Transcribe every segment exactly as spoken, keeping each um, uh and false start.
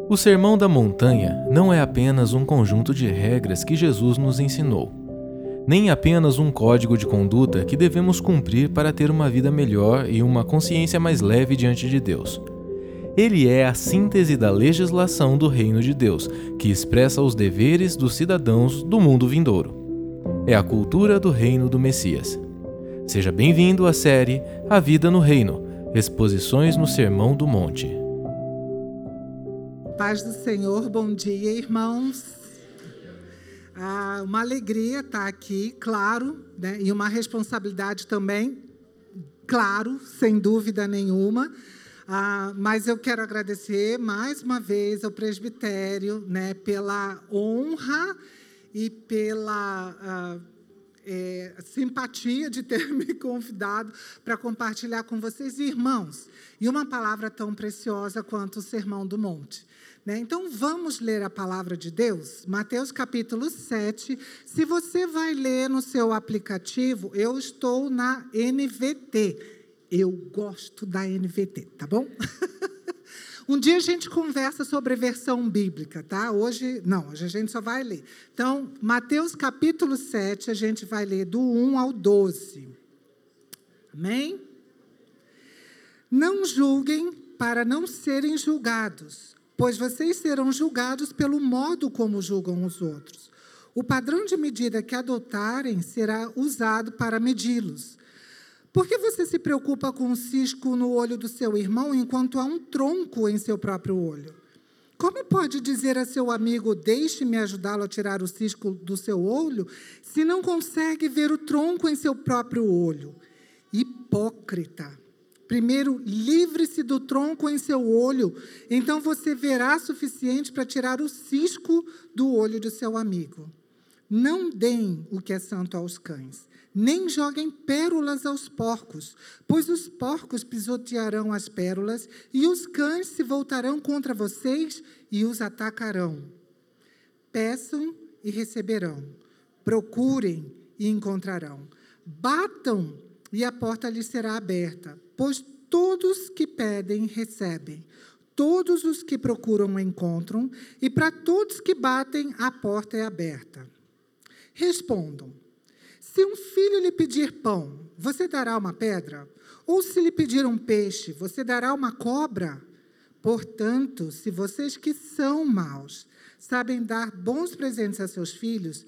O Sermão da Montanha não é apenas um conjunto de regras que Jesus nos ensinou, nem apenas um código de conduta que devemos cumprir para ter uma vida melhor e uma consciência mais leve diante de Deus. Ele é a síntese da legislação do Reino de Deus, que expressa os deveres dos cidadãos do mundo vindouro. É a cultura do Reino do Messias. Seja bem-vindo à série A Vida no Reino, Exposições no Sermão do Monte. Paz do Senhor, bom dia, irmãos. Ah, uma alegria estar aqui, claro, né? E uma responsabilidade também, claro, sem dúvida nenhuma. Ah, mas eu quero agradecer mais uma vez ao presbitério, né, pela honra e pela ah, é, simpatia de ter me convidado para compartilhar com vocês, irmãos, e uma palavra tão preciosa quanto o Sermão do Monte. Então, vamos ler a palavra de Deus? Mateus capítulo sete. Se você vai ler no seu aplicativo, eu estou na N V T. Eu gosto da N V T, tá bom? Um dia a gente conversa sobre versão bíblica, tá? Hoje, não, hoje a gente só vai ler. Então, Mateus capítulo sete, a gente vai ler do um ao doze. Amém? Não julguem para não serem julgados, pois vocês serão julgados pelo modo como julgam os outros. O padrão de medida que adotarem será usado para medi-los. Por que você se preocupa com um cisco no olho do seu irmão, enquanto há um tronco em seu próprio olho? Como pode dizer a seu amigo, deixe-me ajudá-lo a tirar o cisco do seu olho, se não consegue ver o tronco em seu próprio olho? Hipócrita! Primeiro, livre-se do tronco em seu olho, então você verá suficiente para tirar o cisco do olho do seu amigo. Não deem o que é santo aos cães, nem joguem pérolas aos porcos, pois os porcos pisotearão as pérolas e os cães se voltarão contra vocês e os atacarão. Peçam e receberão, procurem e encontrarão, batam e a porta lhes será aberta. Pois todos que pedem, recebem. Todos os que procuram, encontram. E para todos que batem, a porta é aberta. Respondam. Se um filho lhe pedir pão, você dará uma pedra? Ou se lhe pedir um peixe, você dará uma cobra? Portanto, se vocês que são maus sabem dar bons presentes a seus filhos,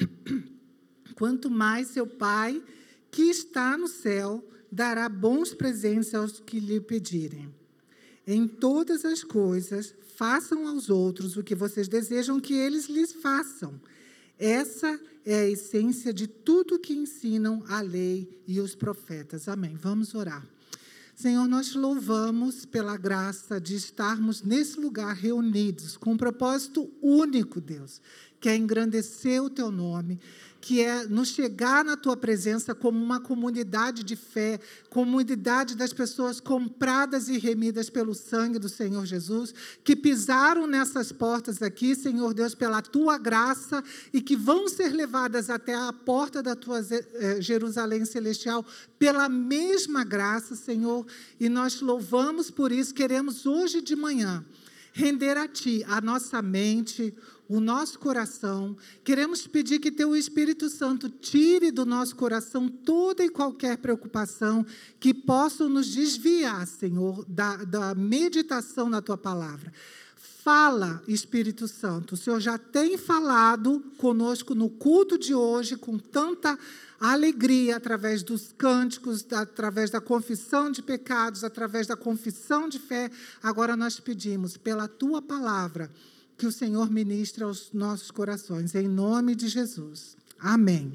quanto mais seu Pai, que está no céu, dará bons presentes aos que lhe pedirem. Em todas as coisas, façam aos outros o que vocês desejam que eles lhes façam. Essa é a essência de tudo que ensinam a lei e os profetas. Amém. Vamos orar. Senhor, nós te louvamos pela graça de estarmos nesse lugar reunidos com um propósito único, Deus, que é engrandecer o teu nome, que é nos chegar na tua presença como uma comunidade de fé, comunidade das pessoas compradas e remidas pelo sangue do Senhor Jesus, que pisaram nessas portas aqui, Senhor Deus, pela tua graça e que vão ser levadas até a porta da tua Jerusalém celestial pela mesma graça, Senhor, e nós louvamos por isso. Queremos hoje de manhã render a Ti a nossa mente, o nosso coração. Queremos pedir que Teu Espírito Santo tire do nosso coração toda e qualquer preocupação que possa nos desviar, Senhor, da, da meditação na Tua palavra. Fala, Espírito Santo. O Senhor já tem falado conosco no culto de hoje com tanta alegria, através dos cânticos, através da confissão de pecados, através da confissão de fé. Agora nós pedimos, pela Tua palavra, que o Senhor ministre aos nossos corações, em nome de Jesus. Amém.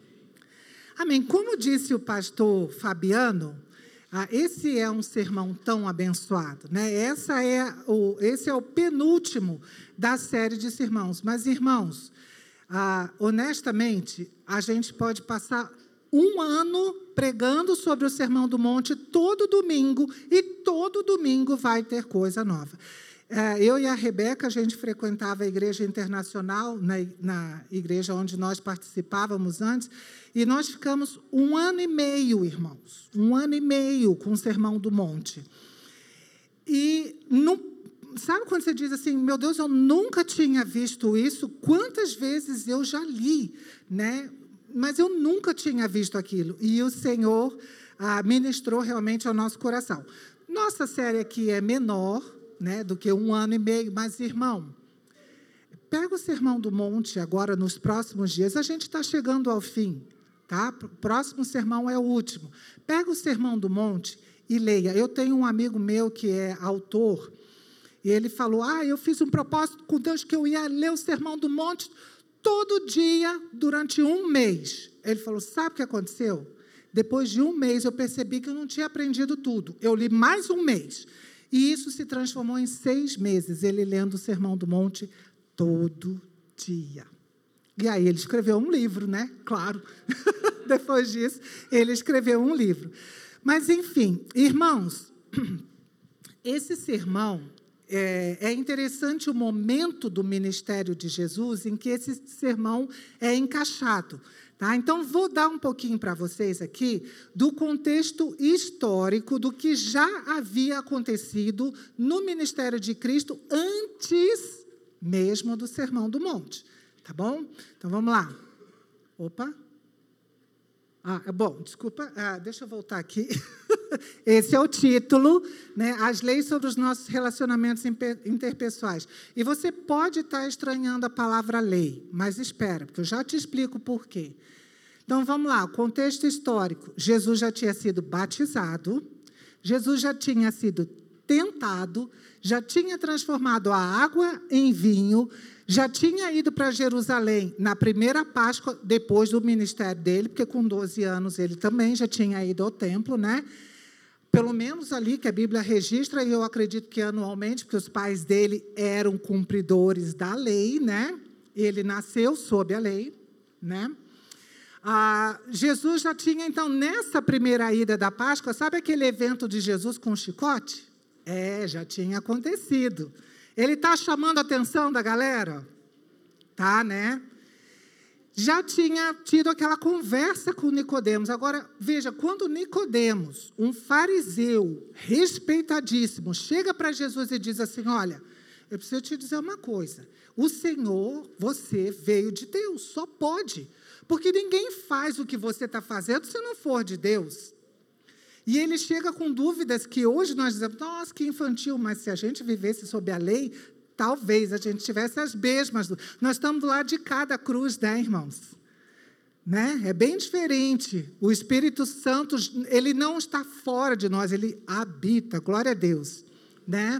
Amém. Como disse o pastor Fabiano, ah, esse é um sermão tão abençoado, né? Essa é o, esse é o penúltimo da série de sermãos. Mas, irmãos, ah, honestamente, a gente pode passar um ano pregando sobre o Sermão do Monte todo domingo, e todo domingo vai ter coisa nova. Eu e a Rebeca, a gente frequentava a Igreja Internacional, na, na igreja onde nós participávamos antes, e nós ficamos um ano e meio, irmãos, um ano e meio com o Sermão do Monte. E no sabe quando você diz assim, meu Deus, eu nunca tinha visto isso, quantas vezes eu já li, né? Mas eu nunca tinha visto aquilo. E o Senhor ah, ministrou realmente ao nosso coração. Nossa série aqui é menor, né, do que um ano e meio, mas, irmão, pega o Sermão do Monte agora, nos próximos dias, a gente está chegando ao fim, tá? O próximo sermão é o último. Pega o Sermão do Monte e leia. Eu tenho um amigo meu que é autor, e ele falou, ah, eu fiz um propósito com Deus que eu ia ler o Sermão do Monte todo dia durante um mês. Ele falou, sabe o que aconteceu? Depois de um mês, eu percebi que eu não tinha aprendido tudo. Eu li mais um mês. E isso se transformou em seis meses, ele lendo o Sermão do Monte todo dia. E aí ele escreveu um livro, né? Claro. Depois disso, ele escreveu um livro. Mas, enfim, irmãos, esse sermão, é, é interessante o momento do ministério de Jesus em que esse sermão é encaixado. Tá? Então, vou dar um pouquinho para vocês aqui do contexto histórico do que já havia acontecido no ministério de Cristo antes mesmo do Sermão do Monte. Tá bom? Então, vamos lá. Opa. Ah, bom, desculpa, ah, deixa eu voltar aqui. Esse é o título, né? As leis sobre os nossos relacionamentos interpessoais. E você pode estar estranhando a palavra lei, mas espera, porque eu já te explico por quê. Então, vamos lá, o contexto histórico. Jesus já tinha sido batizado, Jesus já tinha sido tentado, já tinha transformado a água em vinho, já tinha ido para Jerusalém na primeira Páscoa, depois do ministério dele, porque com doze anos ele também já tinha ido ao templo, né? Pelo menos ali que a Bíblia registra, e eu acredito que anualmente, porque os pais dele eram cumpridores da lei, né? Ele nasceu sob a lei, né? Ah, Jesus já tinha, então, nessa primeira ida da Páscoa, sabe aquele evento de Jesus com o chicote? É, já tinha acontecido. Ele está chamando a atenção da galera? Tá, né? Já tinha tido aquela conversa com Nicodemos. Agora, veja, quando Nicodemos, um fariseu respeitadíssimo, chega para Jesus e diz assim, olha, eu preciso te dizer uma coisa, o Senhor, você veio de Deus, só pode, porque ninguém faz o que você está fazendo se não for de Deus. E ele chega com dúvidas que hoje nós dizemos, nossa, que infantil, mas se a gente vivesse sob a lei, talvez a gente tivesse as mesmas. Nós estamos do lado de cada cruz, né, irmãos? Né? É bem diferente. O Espírito Santo, ele não está fora de nós, ele habita, glória a Deus. Né?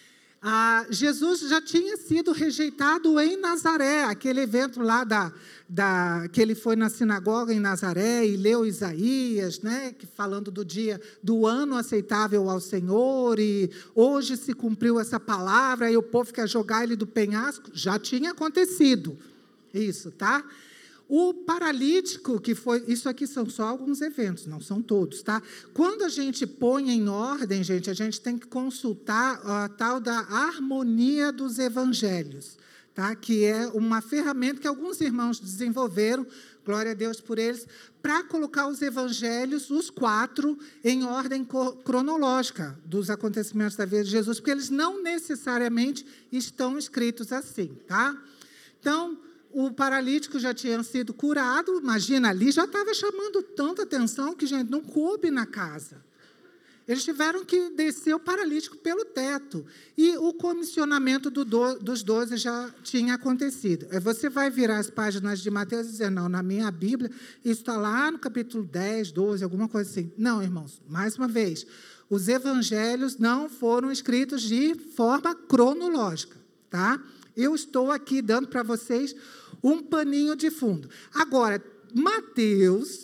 Ah, Jesus já tinha sido rejeitado em Nazaré, aquele evento lá da, da, que ele foi na sinagoga em Nazaré e leu Isaías, né, que, falando do dia do ano aceitável ao Senhor, e hoje se cumpriu essa palavra, e o povo quer jogar ele do penhasco. Já tinha acontecido isso, tá? O paralítico, que foi... Isso aqui são só alguns eventos, não são todos, tá? Quando a gente põe em ordem, gente, a gente tem que consultar a tal da harmonia dos evangelhos, tá? Que é uma ferramenta que alguns irmãos desenvolveram, glória a Deus por eles, para colocar os evangelhos, os quatro, em ordem cronológica dos acontecimentos da vida de Jesus, porque eles não necessariamente estão escritos assim, tá? Então, o paralítico já tinha sido curado, imagina, ali já estava chamando tanta atenção que, gente, não coube na casa. Eles tiveram que descer o paralítico pelo teto. E o comissionamento do do, dos doze já tinha acontecido. Você vai virar as páginas de Mateus e dizer, não, na minha Bíblia, isso está lá no capítulo dez, doze, alguma coisa assim. Não, irmãos, mais uma vez, os evangelhos não foram escritos de forma cronológica, tá? Eu estou aqui dando para vocês um paninho de fundo. Agora, Mateus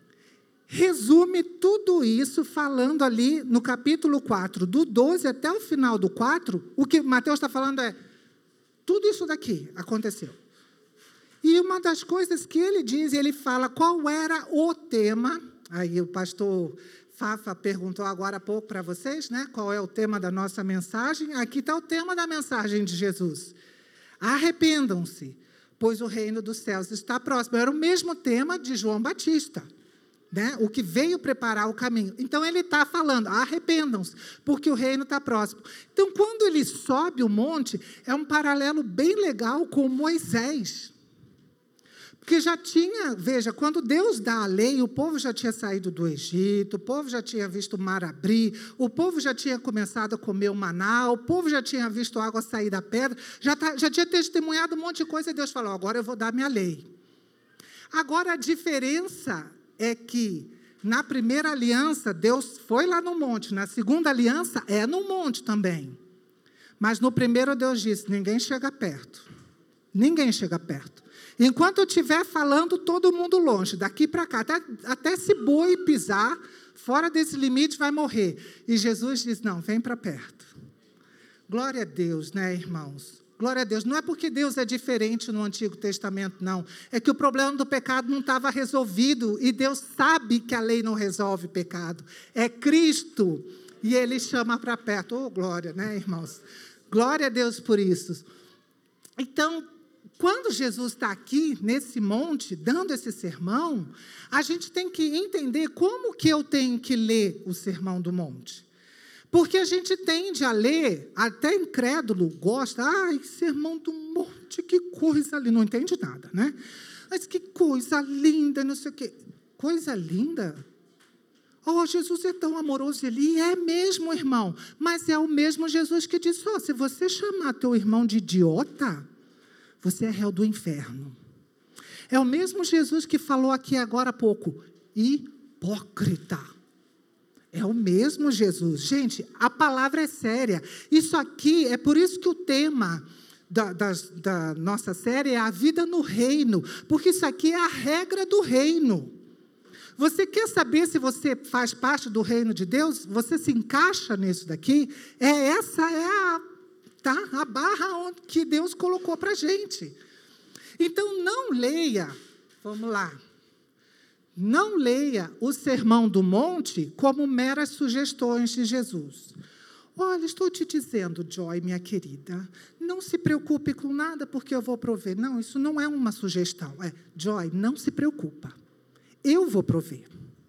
resume tudo isso falando ali no capítulo quatro, do doze até o final do quatro, o que Mateus está falando é, tudo isso daqui aconteceu. E uma das coisas que ele diz, ele fala qual era o tema, aí o pastor Fafa perguntou agora há pouco para vocês, né, qual é o tema da nossa mensagem, aqui está o tema da mensagem de Jesus. Arrependam-se, pois o reino dos céus está próximo. Era o mesmo tema de João Batista. né? O que veio preparar o caminho. Então, ele está falando, arrependam-se, porque o reino está próximo. Então, quando ele sobe o monte, é um paralelo bem legal com Moisés. Porque já tinha, veja, quando Deus dá a lei, o povo já tinha saído do Egito, o povo já tinha visto o mar abrir, o povo já tinha começado a comer o maná, o povo já tinha visto a água sair da pedra, já, tá, já tinha testemunhado um monte de coisa, e Deus falou, agora eu vou dar minha lei. Agora, a diferença é que, na primeira aliança, Deus foi lá no monte, na segunda aliança, é no monte também. Mas no primeiro, Deus disse, ninguém chega perto. Ninguém chega perto. Enquanto eu estiver falando, todo mundo longe, daqui para cá. Até, até se boi pisar, fora desse limite, vai morrer. E Jesus diz, não, vem para perto. Glória a Deus, né, irmãos? Glória a Deus. Não é porque Deus é diferente no Antigo Testamento, não. É que o problema do pecado não estava resolvido. E Deus sabe que a lei não resolve pecado. É Cristo. E Ele chama para perto. Oh, glória, né, irmãos? Glória a Deus por isso. Então, quando Jesus está aqui, nesse monte, dando esse sermão, a gente tem que entender como que eu tenho que ler o Sermão do Monte. Porque a gente tende a ler, até incrédulo gosta, ai, Sermão do Monte, que coisa linda, não entende nada, né? Mas que coisa linda, não sei o quê. Coisa linda? Oh, Jesus é tão amoroso, ele é mesmo, irmão, mas é o mesmo Jesus que disse, oh, se você chamar teu irmão de idiota, você é réu do inferno. É o mesmo Jesus que falou aqui agora há pouco, hipócrita. É o mesmo Jesus. Gente, a palavra é séria. Isso aqui, é por isso que o tema da, da, da nossa série é a vida no reino, porque isso aqui é a regra do reino. Você quer saber se você faz parte do reino de Deus? Você se encaixa nisso daqui? É, essa é a, tá, a barra que Deus colocou para a gente. Então, não leia, vamos lá, não leia o Sermão do Monte como meras sugestões de Jesus. Olha, estou te dizendo, Joy, minha querida, não se preocupe com nada porque eu vou prover. Não, isso não é uma sugestão. É, Joy, não se preocupa. Eu vou prover.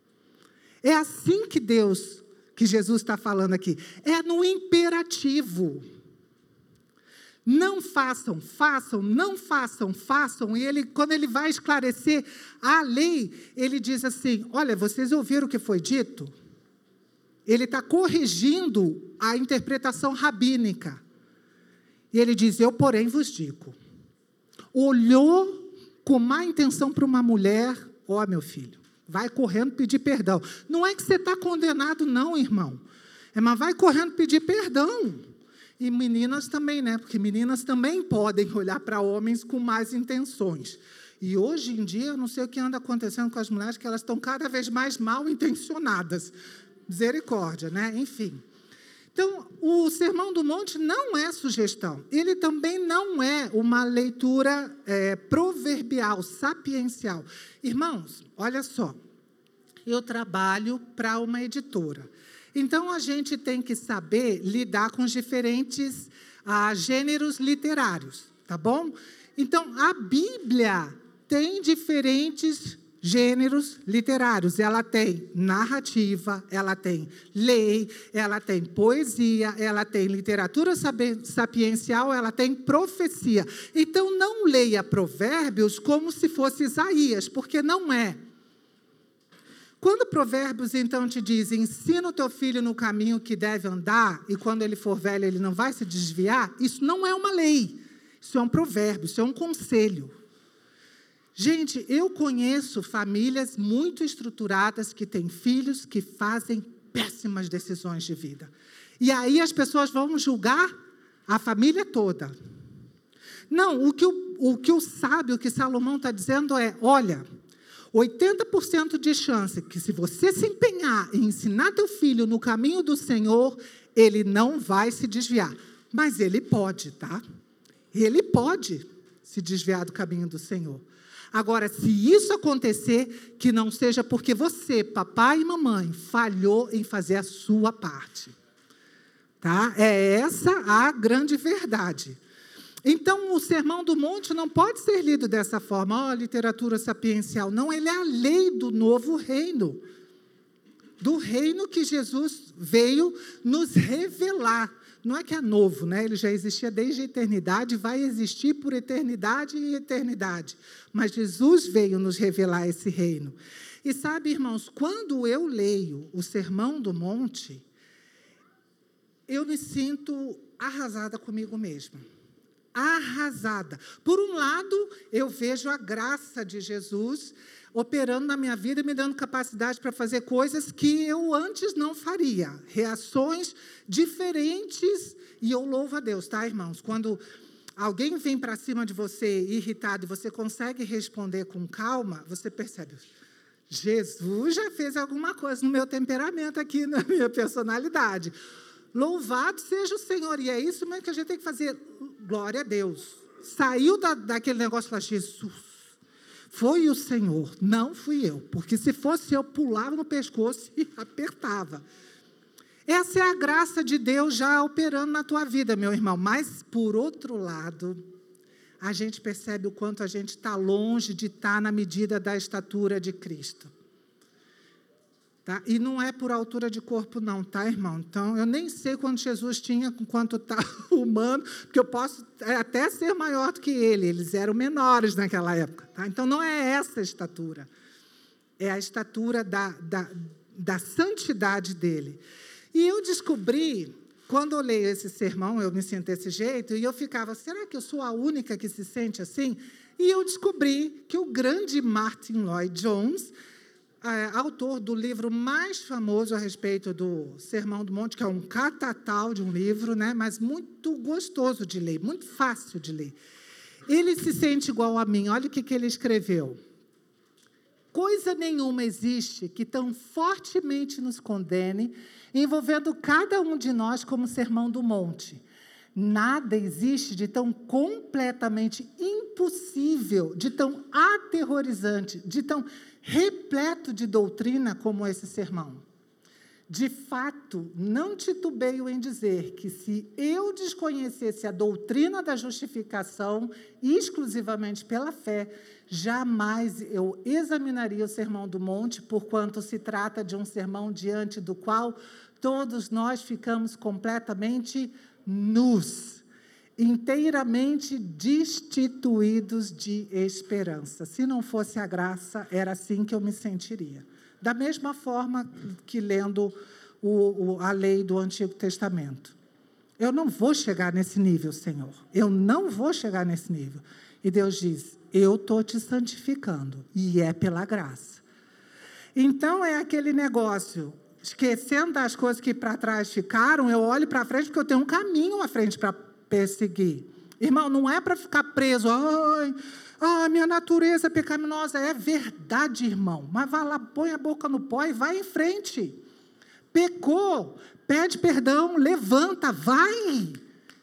É assim que Deus, que Jesus está falando aqui. É no imperativo. Não façam, façam, não façam, façam. E ele, quando ele vai esclarecer a lei, ele diz assim, olha, vocês ouviram o que foi dito? Ele está corrigindo a interpretação rabínica. E ele diz, eu, porém, vos digo. Olhou com má intenção para uma mulher, ó, oh, meu filho, vai correndo pedir perdão. Não é que você está condenado, não, irmão. É, mas vai correndo pedir perdão. E meninas também, né? Porque meninas também podem olhar para homens com más intenções. E hoje em dia, eu não sei o que anda acontecendo com as mulheres, que elas estão cada vez mais mal intencionadas. Misericórdia, né? Enfim. Então, o Sermão do Monte não é sugestão. Ele também não é uma leitura é, proverbial, sapiencial. Irmãos, olha só. Eu trabalho para uma editora. Então, a gente tem que saber lidar com os diferentes ah, gêneros literários, tá bom? Então, a Bíblia tem diferentes gêneros literários. Ela tem narrativa, ela tem lei, ela tem poesia, ela tem literatura sapiencial, ela tem profecia. Então, não leia Provérbios como se fosse Isaías, porque não é. Quando Provérbios, então, te diz, ensina o teu filho no caminho que deve andar, e quando ele for velho, ele não vai se desviar, isso não é uma lei, isso é um provérbio, isso é um conselho. Gente, eu conheço famílias muito estruturadas que têm filhos que fazem péssimas decisões de vida. E aí as pessoas vão julgar a família toda. Não, o que o, o, que o sábio, o que Salomão está dizendo é, olha, oitenta por cento de chance que se você se empenhar em ensinar teu filho no caminho do Senhor, ele não vai se desviar. Mas ele pode, tá? Ele pode se desviar do caminho do Senhor. Agora, se isso acontecer, que não seja porque você, papai e mamãe, falhou em fazer a sua parte. Tá? É essa a grande verdade. Então, o Sermão do Monte não pode ser lido dessa forma, ó, oh, literatura sapiencial. Não, ele é a lei do novo reino. Do reino que Jesus veio nos revelar. Não é que é novo, né? Ele já existia desde a eternidade, vai existir por eternidade e eternidade. Mas Jesus veio nos revelar esse reino. E sabe, irmãos, quando eu leio o Sermão do Monte, eu me sinto arrasada comigo mesma. Arrasada. Por um lado, eu vejo a graça de Jesus operando na minha vida e me dando capacidade para fazer coisas que eu antes não faria. Reações diferentes. E eu louvo a Deus, tá, irmãos? Quando alguém vem para cima de você irritado e você consegue responder com calma, você percebe, Jesus já fez alguma coisa no meu temperamento aqui, na minha personalidade. Louvado seja o Senhor. E é isso mesmo que a gente tem que fazer. Glória a Deus. Saiu da, daquele negócio e falou, Jesus, foi o Senhor, não fui eu. Porque se fosse eu, pulava no pescoço e apertava. Essa é a graça de Deus já operando na tua vida, meu irmão. Mas, por outro lado, a gente percebe o quanto a gente está longe de estar na medida da estatura de Cristo. Tá? E não é por altura de corpo, não, tá, irmão? Então, eu nem sei quanto Jesus tinha, quanto está humano, porque eu posso até ser maior do que ele. Eles eram menores naquela época. Tá? Então, não é essa a estatura. É a estatura da, da, da santidade dele. E eu descobri, quando eu leio esse sermão, eu me sinto desse jeito, e eu ficava, será que eu sou a única que se sente assim? E eu descobri que o grande Martin Lloyd Jones, É, autor do livro mais famoso a respeito do Sermão do Monte, que é um catatal de um livro, né, mas muito gostoso de ler, muito fácil de ler. Ele se sente igual a mim. Olha o que, que ele escreveu. Coisa nenhuma existe que tão fortemente nos condene, envolvendo cada um de nós como Sermão do Monte. Nada existe de tão completamente impossível, de tão aterrorizante, de tão repleto de doutrina como esse sermão. De fato, não titubeio em dizer que, se eu desconhecesse a doutrina da justificação exclusivamente pela fé, jamais eu examinaria o Sermão do Monte, porquanto se trata de um sermão diante do qual todos nós ficamos completamente nus, inteiramente destituídos de esperança. Se não fosse a graça, era assim que eu me sentiria. Da mesma forma que lendo o, o, a lei do Antigo Testamento. Eu não vou chegar nesse nível, Senhor. Eu não vou chegar nesse nível. E Deus diz, eu estou te santificando, e é pela graça. Então, é aquele negócio, esquecendo das coisas que para trás ficaram, eu olho para frente, porque eu tenho um caminho à frente para perseguir. Irmão, não é para ficar preso, ai, ah, minha natureza pecaminosa. É verdade, irmão, mas vai lá, põe a boca no pó e vai em frente. Pecou, pede perdão, levanta, vai.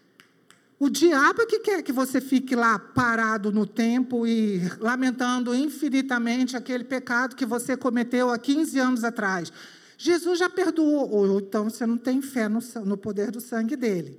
O diabo é que quer que você fique lá parado no tempo e lamentando infinitamente aquele pecado que você cometeu há quinze anos atrás. Jesus já perdoou, ou então você não tem fé no, no poder do sangue dele.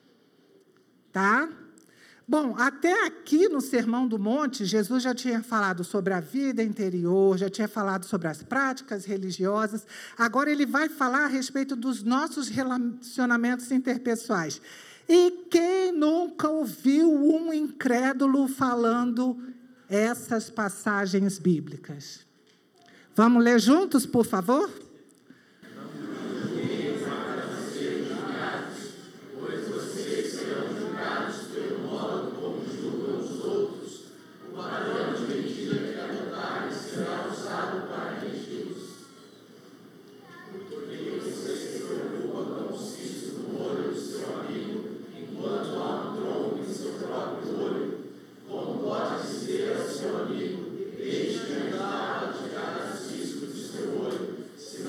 Tá? Bom, até aqui no Sermão do Monte, Jesus já tinha falado sobre a vida interior, já tinha falado sobre as práticas religiosas. Agora ele vai falar a respeito dos nossos relacionamentos interpessoais. E quem nunca ouviu um incrédulo falando essas passagens bíblicas? Vamos ler juntos, por favor? Se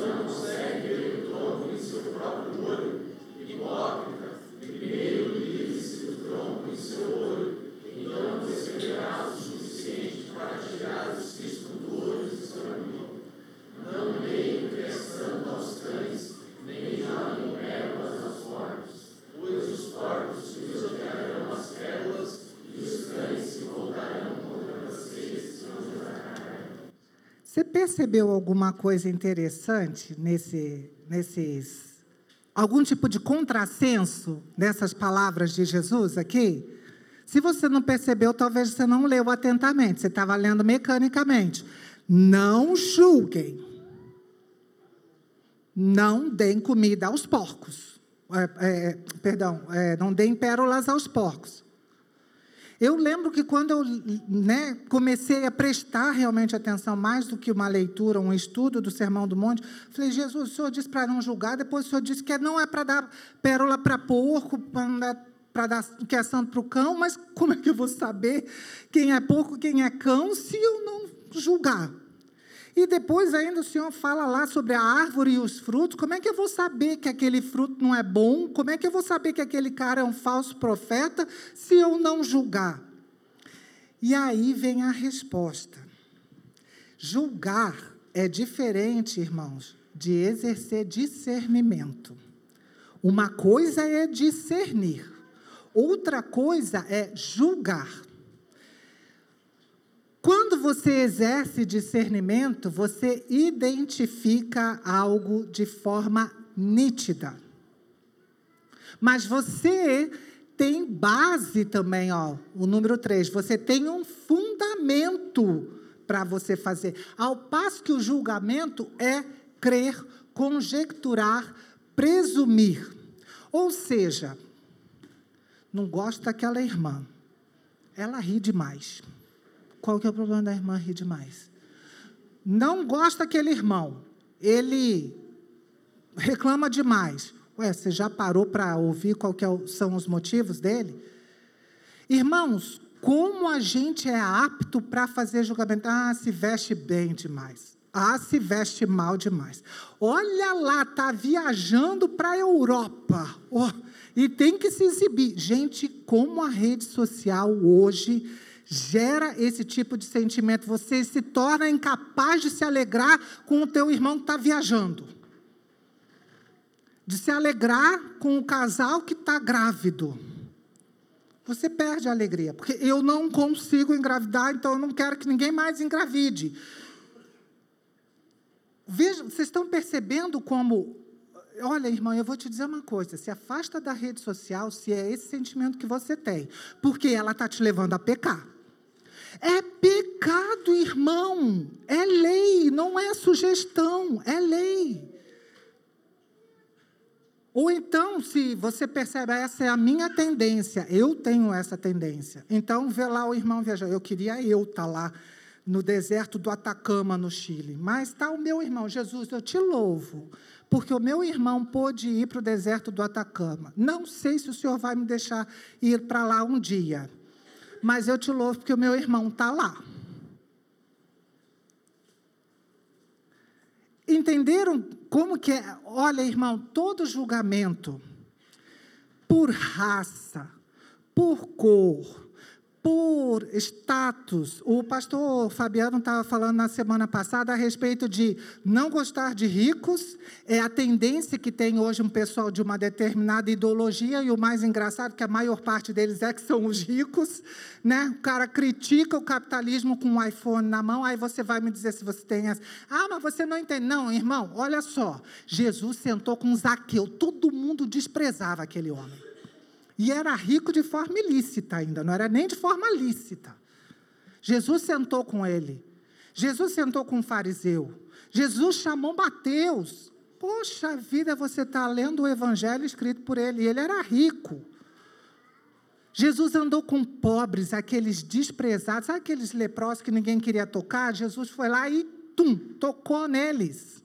percebeu alguma coisa interessante nesse, nesses... algum tipo de contrassenso nessas palavras de Jesus aqui? Se você não percebeu, talvez você não leu atentamente, você estava lendo mecanicamente. Não julguem. Não deem comida aos porcos. É, é, perdão, é, não deem pérolas aos porcos. Eu lembro que quando eu né, comecei a prestar realmente atenção, mais do que uma leitura, um estudo do Sermão do Monte, falei, Jesus, o Senhor disse para não julgar, depois o Senhor disse que não é para dar pérola para porco, para dar que é santo para o cão, mas como é que eu vou saber quem é porco, quem é cão, se eu não julgar? E depois ainda o Senhor fala lá sobre a árvore e os frutos. Como é que eu vou saber que aquele fruto não é bom? Como é que eu vou saber que aquele cara é um falso profeta se eu não julgar? E aí vem a resposta. Julgar é diferente, irmãos, de exercer discernimento. Uma coisa é discernir, outra coisa é julgar. Quando você exerce discernimento, você identifica algo de forma nítida. Mas você tem base também, ó, o número três, você tem um fundamento para você fazer. Ao passo que o julgamento é crer, conjecturar, presumir. Ou seja, não gosto daquela irmã, ela ri demais. Qual que é o problema da irmã rir demais? Não gosta daquele irmão, ele reclama demais. Ué, você já parou para ouvir qual que são os motivos dele? Irmãos, como a gente é apto para fazer julgamento? Ah, se veste bem demais. Ah, se veste mal demais. Olha lá, está viajando para a Europa. Oh, e tem que se exibir. Gente, como a rede social hoje gera esse tipo de sentimento. Você se torna incapaz de se alegrar com o teu irmão que está viajando. De se alegrar com o casal que está grávido. Você perde a alegria. Porque eu não consigo engravidar, então eu não quero que ninguém mais engravide. Veja, vocês estão percebendo como... Olha, irmão, eu vou te dizer uma coisa. Se afasta da rede social se é esse sentimento que você tem. Porque ela está te levando a pecar. É pecado, irmão. É lei, não é sugestão, é lei. Ou então, se você percebe, essa é a minha tendência, eu tenho essa tendência. Então, vê lá o irmão viajar. Eu queria eu estar lá no deserto do Atacama, no Chile. Mas está o meu irmão. Jesus, eu te louvo, porque o meu irmão pôde ir para o deserto do Atacama. Não sei se o Senhor vai me deixar ir para lá um dia. Mas eu te louvo porque o meu irmão está lá. Entenderam como que é? Olha, irmão, todo julgamento por raça, por cor, por status. O pastor Fabiano estava falando na semana passada a respeito de não gostar de ricos. É a tendência que tem hoje um pessoal de uma determinada ideologia, e o mais engraçado é que a maior parte deles é que são os ricos, né? O cara critica o capitalismo com um iPhone na mão, aí você vai me dizer se você tem essa... Ah, mas você não entende. Não, irmão, olha só. Jesus sentou com Zaqueu, todo mundo desprezava aquele homem. E era rico de forma ilícita ainda, não era nem de forma lícita. Jesus sentou com ele. Jesus sentou com um fariseu. Jesus chamou Mateus. Poxa vida, você está lendo o evangelho escrito por ele. E ele era rico. Jesus andou com pobres, aqueles desprezados. Sabe aqueles leprosos que ninguém queria tocar? Jesus foi lá e, tum, tocou neles.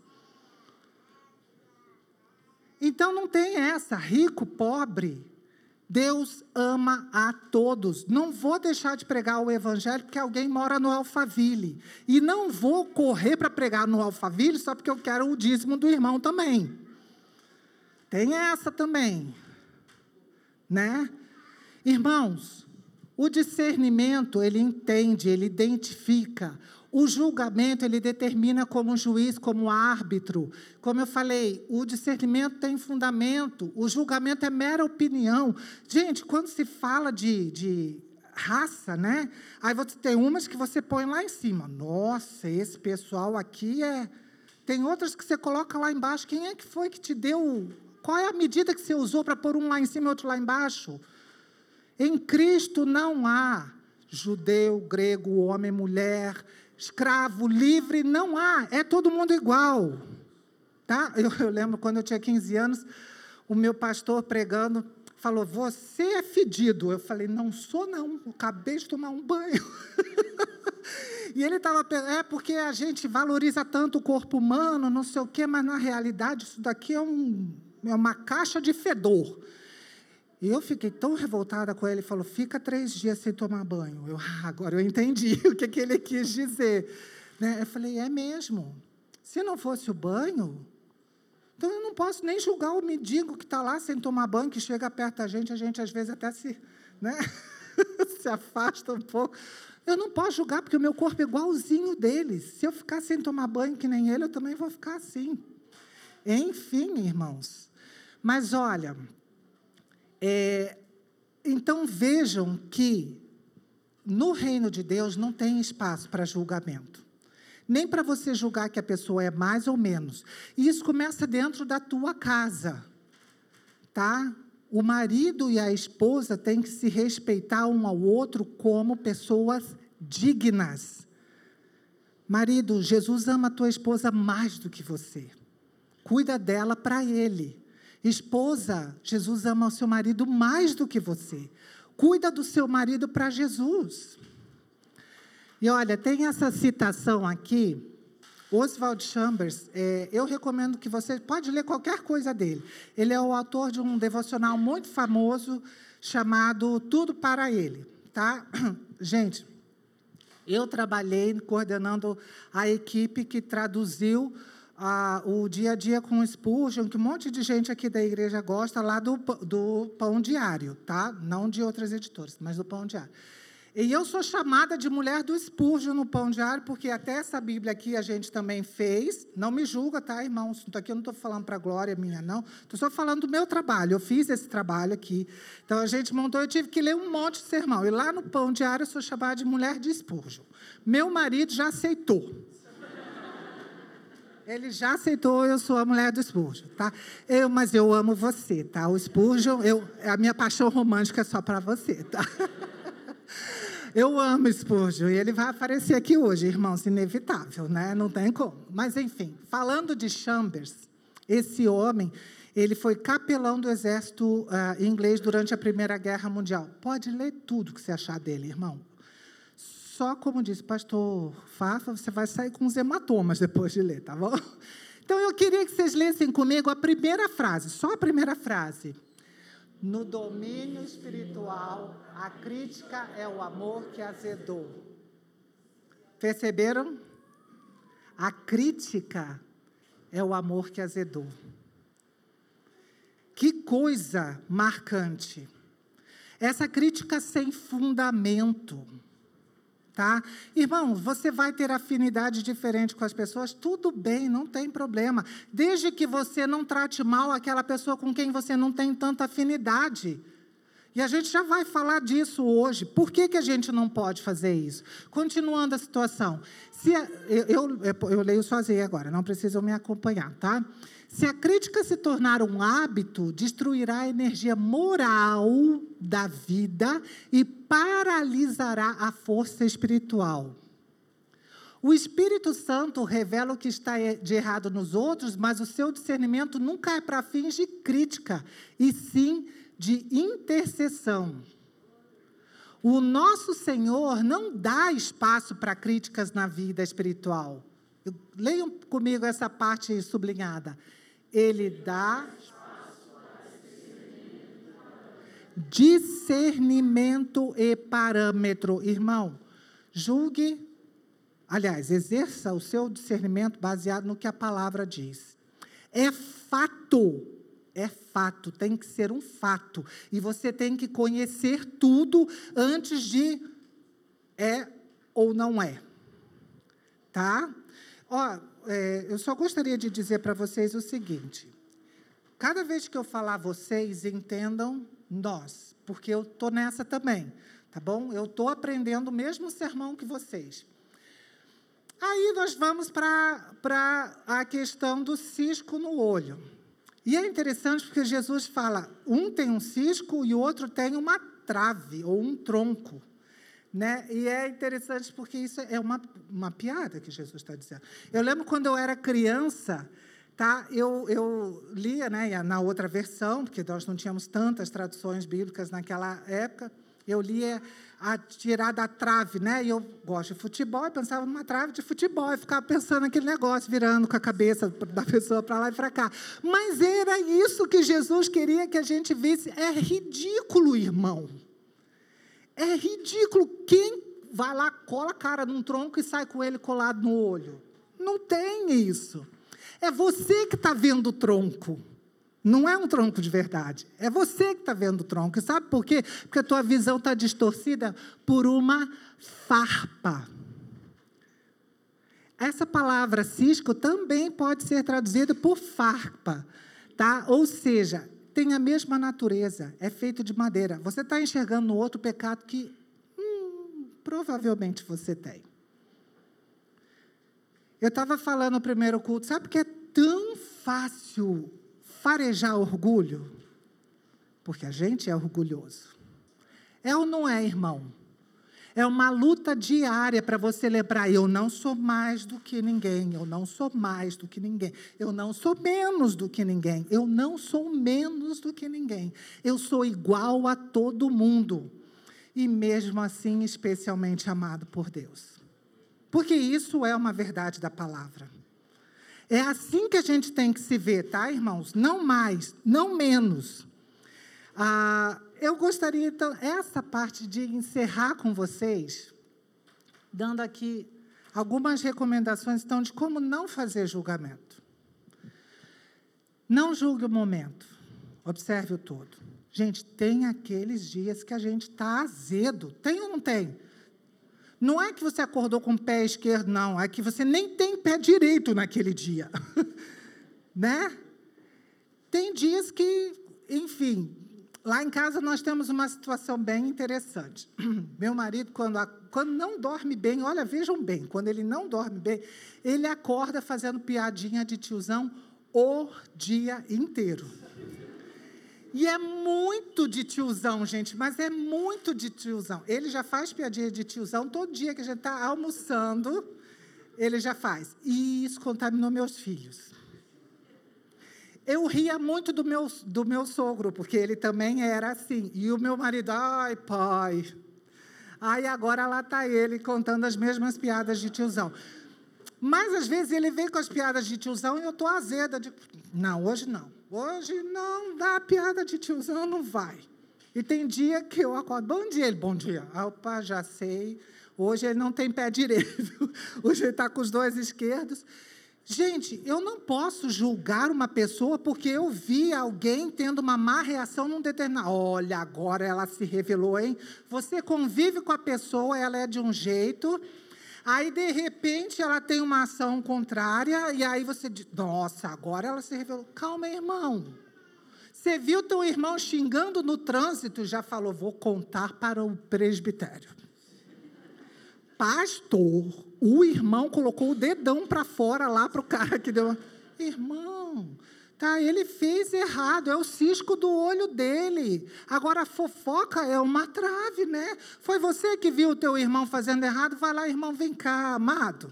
Então, não tem essa, rico, pobre. Deus ama a todos. Não vou deixar de pregar o evangelho porque alguém mora no Alphaville. E não vou correr para pregar no Alphaville só porque eu quero o dízimo do irmão também. Tem essa também. Né? Irmãos, o discernimento, ele entende, ele identifica. O julgamento, ele determina como juiz, como árbitro. Como eu falei, o discernimento tem fundamento. O julgamento é mera opinião. Gente, quando se fala de, de raça, né? Aí você tem umas que você põe lá em cima. Nossa, esse pessoal aqui é... Tem outras que você coloca lá embaixo. Quem é que foi que te deu... Qual é a medida que você usou para pôr um lá em cima e outro lá embaixo? Em Cristo não há judeu, grego, homem, mulher, escravo, livre, não há. É todo mundo igual. Tá? Eu, eu lembro, quando eu tinha quinze anos, o meu pastor pregando falou, você é fedido. Eu falei, não sou não, eu acabei de tomar um banho. E ele estava pensando, é porque a gente valoriza tanto o corpo humano, não sei o quê, mas, na realidade, isso daqui é, um, é uma caixa de fedor. E eu fiquei tão revoltada com ele, ele falou, fica três dias sem tomar banho. Eu, ah, agora eu entendi o que, que ele quis dizer. Né? Eu falei, é mesmo. Se não fosse o banho, então eu não posso nem julgar o mendigo que está lá sem tomar banho, que chega perto da gente, a gente às vezes até se, né, se afasta um pouco. Eu não posso julgar, porque o meu corpo é igualzinho deles. Se eu ficar sem tomar banho que nem ele, eu também vou ficar assim. Enfim, irmãos. Mas, olha, é, então vejam que no reino de Deus não tem espaço para julgamento. Nem para você julgar que a pessoa é mais ou menos. E isso começa dentro da tua casa, tá? O marido e a esposa têm que se respeitar um ao outro como pessoas dignas. Marido, Jesus ama a tua esposa mais do que você. Cuida dela para Ele. Esposa, Jesus ama o seu marido mais do que você. Cuida do seu marido para Jesus. E, olha, tem essa citação aqui, Oswald Chambers, é, eu recomendo que você... Pode ler qualquer coisa dele. Ele é o autor de um devocional muito famoso, chamado Tudo para Ele. Tá? Gente, eu trabalhei coordenando a equipe que traduziu ah, o Dia a Dia com o Spurgeon, que um monte de gente aqui da igreja gosta, lá do, do Pão Diário, tá? Não de outras editoras, mas do Pão Diário. E eu sou chamada de mulher do Spurgeon no Pão Diário, porque até essa Bíblia aqui a gente também fez. Não me julga, tá, irmãos? Isso aqui eu não estou falando para a glória minha, não. Estou só falando do meu trabalho. Eu fiz esse trabalho aqui. Então, a gente montou, eu tive que ler um monte de sermão. E lá no Pão Diário eu sou chamada de mulher de Spurgeon. Meu marido já aceitou. Ele já aceitou, eu sou a mulher do Spurgeon, tá? Eu, mas eu amo você, tá? O Spurgeon, eu, a minha paixão romântica é só para você, tá? Eu amo Spurgeon, e ele vai aparecer aqui hoje, irmãos, inevitável, né? Não tem como. Mas, enfim, falando de Chambers, esse homem, ele foi capelão do exército uh, inglês durante a Primeira Guerra Mundial. Pode ler tudo que você achar dele, irmão. Só, como disse o pastor Fafa, você vai sair com uns hematomas depois de ler, tá bom? Então, eu queria que vocês lessem comigo a primeira frase, só a primeira frase. No domínio espiritual, a crítica é o amor que azedou. Perceberam? A crítica é o amor que azedou. Que coisa marcante. Essa crítica sem fundamento. Tá? Irmão, você vai ter afinidade diferente com as pessoas, tudo bem, não tem problema. Desde que você não trate mal aquela pessoa com quem você não tem tanta afinidade. E a gente já vai falar disso hoje. Por que, que a gente não pode fazer isso? Continuando a situação. Se a, eu, eu, eu leio sozinha agora, não precisam me acompanhar, tá? Se a crítica se tornar um hábito, destruirá a energia moral da vida e paralisará a força espiritual. O Espírito Santo revela o que está de errado nos outros, mas o seu discernimento nunca é para fins de crítica, e sim de intercessão. O nosso Senhor não dá espaço para críticas na vida espiritual. Leiam comigo essa parte sublinhada. Ele dá discernimento e parâmetro. Irmão, julgue, aliás, exerça o seu discernimento baseado no que a palavra diz. É fato, é fato, tem que ser um fato. E você tem que conhecer tudo antes de é ou não é. Tá? Ó, é, eu só gostaria de dizer para vocês o seguinte. Cada vez que eu falar vocês, entendam nós, porque eu estou nessa também. tá bom? Eu estou aprendendo o mesmo sermão que vocês. Aí nós vamos para a questão do cisco no olho. E é interessante porque Jesus fala, um tem um cisco e o outro tem uma trave ou um tronco. Né? E é interessante porque isso é uma, uma piada que Jesus está dizendo. Eu lembro quando eu era criança, tá? eu, eu lia, né, na outra versão, porque nós não tínhamos tantas traduções bíblicas naquela época, eu lia a tirar da trave, né? E eu gosto de futebol, eu pensava numa trave de futebol, e ficava pensando naquele negócio, virando com a cabeça da pessoa para lá e para cá. Mas era isso que Jesus queria que a gente visse. É ridículo, irmão. É ridículo. Quem vai lá, cola a cara num tronco e sai com ele colado no olho? Não tem isso. É você que está vendo o tronco. Não é um tronco de verdade. É você que está vendo o tronco. E sabe por quê? Porque a tua visão está distorcida por uma farpa. Essa palavra cisco também pode ser traduzida por farpa. Tá? Ou seja, tem a mesma natureza, é feito de madeira. Você está enxergando no outro pecado que hum, provavelmente você tem. Eu estava falando no primeiro culto, sabe que é tão fácil farejar orgulho? Porque a gente é orgulhoso. É ou não é, irmão? É uma luta diária para você lembrar, eu não sou mais do que ninguém, eu não sou mais do que ninguém, eu não sou menos do que ninguém, eu não sou menos do que ninguém, eu sou igual a todo mundo, e mesmo assim especialmente amado por Deus. Porque isso é uma verdade da palavra. É assim que a gente tem que se ver, tá, irmãos? Não mais, não menos. Ah, eu gostaria, então, essa parte de encerrar com vocês, dando aqui algumas recomendações, então, de como não fazer julgamento. Não julgue o momento, observe o todo. Gente, tem aqueles dias que a gente está azedo. Tem ou não tem? Não é que você acordou com o pé esquerdo, não. É que você nem tem pé direito naquele dia. Né? Tem dias que, enfim, lá em casa nós temos uma situação bem interessante. Meu marido, quando, a, quando não dorme bem, olha, vejam bem, quando ele não dorme bem, ele acorda fazendo piadinha de tiozão o dia inteiro. E é muito de tiozão, gente, mas é muito de tiozão. Ele já faz piadinha de tiozão todo dia que a gente está almoçando, ele já faz. E isso contaminou meus filhos. Eu ria muito do meu, do meu sogro, porque ele também era assim. E o meu marido, ai, pai. Aí agora lá está ele contando as mesmas piadas de tiozão. Mas, às vezes, ele vem com as piadas de tiozão e eu estou azeda. De... Não, hoje não. Hoje não dá piada de tiozão, não vai. E tem dia que eu acordo, bom dia, ele, bom dia. Ah, opa, já sei. Hoje ele não tem pé direito. Hoje ele está com os dois esquerdos. Gente, eu não posso julgar uma pessoa porque eu vi alguém tendo uma má reação num determinado... Olha, agora ela se revelou, hein? Você convive com a pessoa, ela é de um jeito... Aí, de repente, ela tem uma ação contrária, e aí você diz, nossa, agora ela se revelou. Calma, irmão. Você viu teu irmão xingando no trânsito e já falou, vou contar para o presbitério. Pastor, o irmão colocou o dedão para fora lá para o cara que deu... Irmão, tá, ele fez errado, é o cisco do olho dele. Agora, a fofoca é uma trave, né? Foi você que viu o teu irmão fazendo errado, vai lá, irmão, vem cá, amado.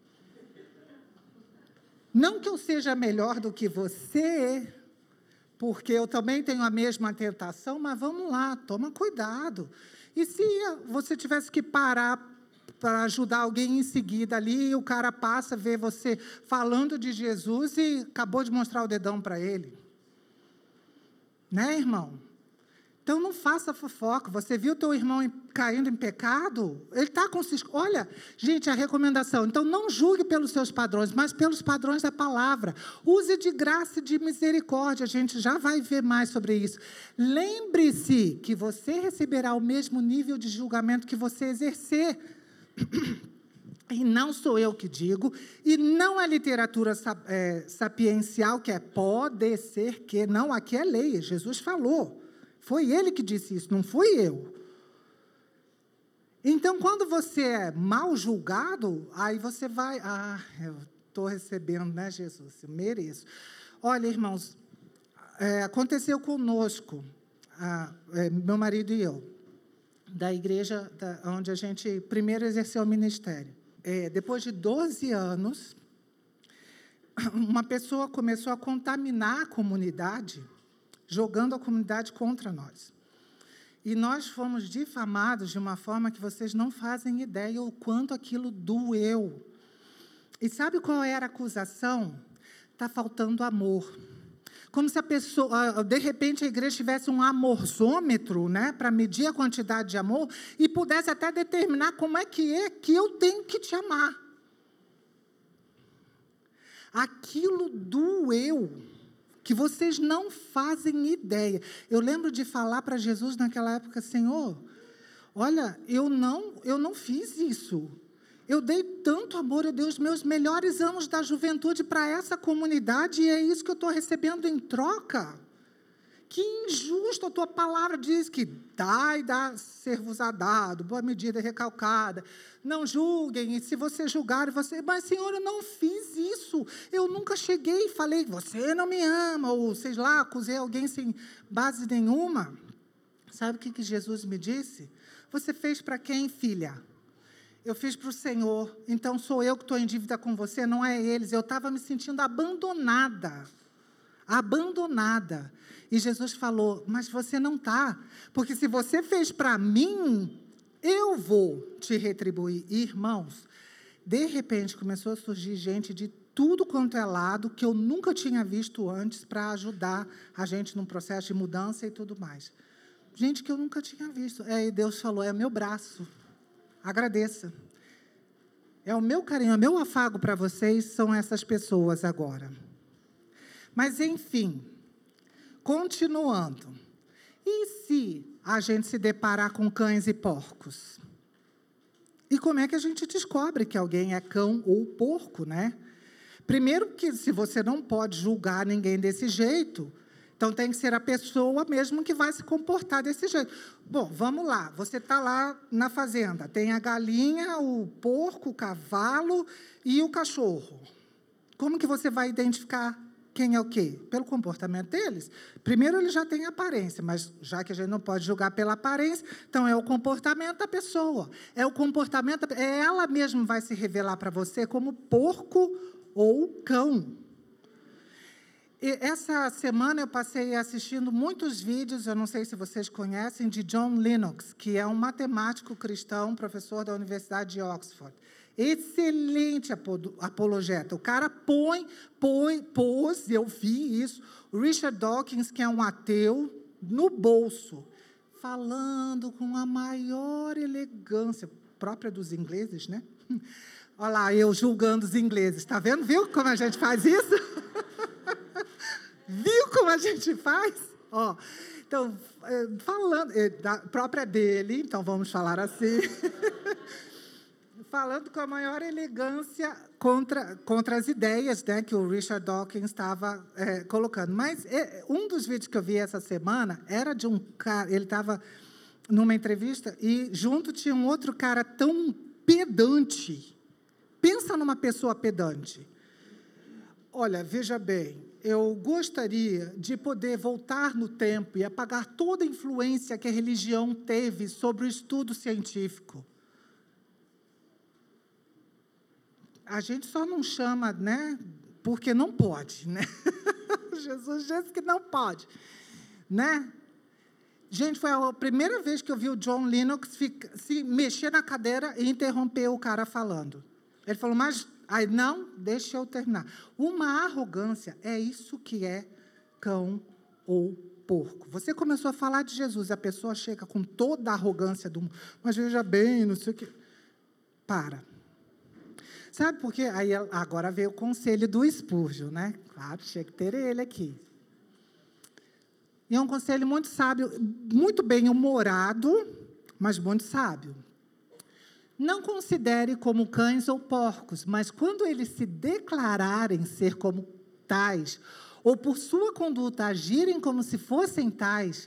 Não que eu seja melhor do que você, porque eu também tenho a mesma tentação, mas vamos lá, toma cuidado. E se você tivesse que parar para ajudar alguém em seguida ali, e o cara passa, vê você falando de Jesus e acabou de mostrar o dedão para ele. Né, irmão? Então, não faça fofoca. Você viu teu irmão caindo em pecado? Ele está com... Olha, gente, a recomendação. Então, não julgue pelos seus padrões, mas pelos padrões da palavra. Use de graça e de misericórdia. A gente já vai ver mais sobre isso. Lembre-se que você receberá o mesmo nível de julgamento que você exercer. E não sou eu que digo, e não é literatura é, sapiencial, que é pode ser que, não, aqui é lei, Jesus falou, foi ele que disse isso, não fui eu. Então, quando você é mal julgado, aí você vai... Ah, eu estou recebendo, né, Jesus? Eu mereço. Olha, irmãos, é, aconteceu conosco, ah, é, meu marido e eu, da igreja da, onde a gente primeiro exerceu o ministério. É, depois de doze anos, uma pessoa começou a contaminar a comunidade, jogando a comunidade contra nós. E nós fomos difamados de uma forma que vocês não fazem ideia o quanto aquilo doeu. E sabe qual era a acusação? Está faltando amor. Como se a pessoa, de repente, a igreja tivesse um amorzômetro, né, para medir a quantidade de amor e pudesse até determinar como é que é que eu tenho que te amar. Aquilo doeu, que vocês não fazem ideia. Eu lembro de falar para Jesus naquela época, Senhor, olha, eu não, eu não fiz isso. Eu dei tanto amor, eu dei os meus melhores anos da juventude para essa comunidade e é isso que eu estou recebendo em troca. Que injusto, a tua palavra diz que dá e dá, ser-vos-á dado, boa medida recalcada. Não julguem, e se você julgar, você... Mas, Senhor, eu não fiz isso. Eu nunca cheguei e falei, você não me ama, ou, sei lá, acusei alguém sem base nenhuma. Sabe o que, que Jesus me disse? Você fez para quem, filha? Eu fiz para o Senhor, então sou eu que estou em dívida com você, não é eles. Eu estava me sentindo abandonada. Abandonada. E Jesus falou, mas você não está, porque se você fez para mim, eu vou te retribuir. Irmãos, de repente começou a surgir gente de tudo quanto é lado, que eu nunca tinha visto antes, para ajudar a gente num processo de mudança e tudo mais. Gente que eu nunca tinha visto. Aí Deus falou, é meu braço, agradeça. É o meu carinho, é o meu afago para vocês, são essas pessoas agora. Mas, enfim, continuando. E se a gente se deparar com cães e porcos? E como é que a gente descobre que alguém é cão ou porco, né? Primeiro que, se você não pode julgar ninguém desse jeito, então tem que ser a pessoa mesmo que vai se comportar desse jeito. Bom, vamos lá. Você está lá na fazenda, tem a galinha, o porco, o cavalo e o cachorro. Como que você vai identificar quem é o quê? Pelo comportamento deles. Primeiro, ele já tem aparência, mas já que a gente não pode julgar pela aparência, então é o comportamento da pessoa. É o comportamento, é ela mesma vai se revelar para você como porco ou cão. E essa semana eu passei assistindo muitos vídeos, eu não sei se vocês conhecem, de John Lennox, que é um matemático cristão, professor da Universidade de Oxford. Excelente apologeta. O cara põe, põe, pôs, eu vi isso, o Richard Dawkins, que é um ateu, no bolso, falando com a maior elegância, própria dos ingleses, né? Olha lá, eu julgando os ingleses. Está vendo? Viu como a gente faz isso? Viu como a gente faz? Ó, então, falando, da própria dele, então vamos falar assim... falando com a maior elegância contra, contra as ideias, né, que o Richard Dawkins estava é, colocando. Mas é, um dos vídeos que eu vi essa semana era de um cara, ele estava numa entrevista e junto tinha um outro cara tão pedante. Pensa numa pessoa pedante. Olha, veja bem, eu gostaria de poder voltar no tempo e apagar toda a influência que a religião teve sobre o estudo científico. A gente só não chama, né, porque não pode, né? Jesus disse que não pode, né? Gente, foi a primeira vez que eu vi o John Lennox fica, se mexer na cadeira e interromper o cara falando. Ele falou, mas, aí, não, deixa eu terminar. Uma arrogância, é isso que é cão ou porco. Você começou a falar de Jesus, a pessoa chega com toda a arrogância do mundo, mas veja bem, não sei o quê. Para. Sabe por quê? Aí, agora veio o conselho do Spurgeon, né? Claro, tinha que ter ele aqui. E é um conselho muito sábio, muito bem humorado, mas muito sábio. Não considere como cães ou porcos, mas quando eles se declararem ser como tais, ou por sua conduta agirem como se fossem tais,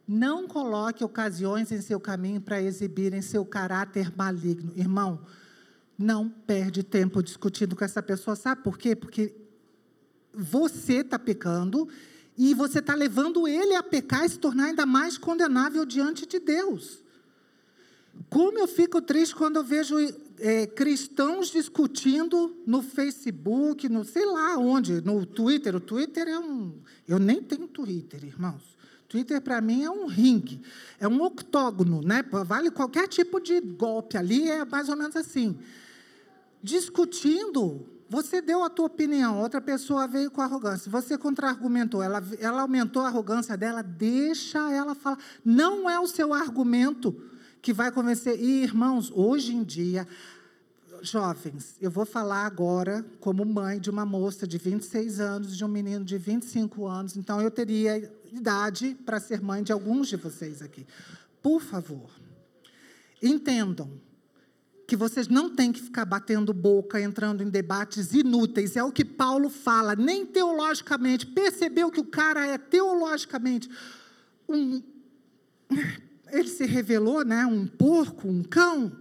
Não coloque ocasiões em seu caminho para exibirem seu caráter maligno. Irmão, não perde tempo discutindo com essa pessoa. Sabe por quê? Porque você está pecando e você está levando ele a pecar e se tornar ainda mais condenável diante de Deus. Como eu fico triste quando eu vejo é, cristãos discutindo no Facebook, no sei lá onde, no Twitter. O Twitter é um... Eu nem tenho Twitter, irmãos. Twitter, para mim, é um ringue, é um octógono, né? Vale qualquer tipo de golpe ali, é mais ou menos assim. Discutindo, você deu a tua opinião, outra pessoa veio com arrogância, você contra-argumentou, ela, ela aumentou a arrogância dela, deixa ela falar. Não é o seu argumento que vai convencer. E, irmãos, hoje em dia, jovens, eu vou falar agora como mãe de uma moça de vinte e seis anos, de um menino de vinte e cinco anos, então eu teria idade para ser mãe de alguns de vocês aqui. Por favor, entendam que vocês não têm que ficar batendo boca, entrando em debates inúteis. É o que Paulo fala, nem teologicamente. Percebeu que o cara é teologicamente um... Ele se revelou, né, um porco, um cão.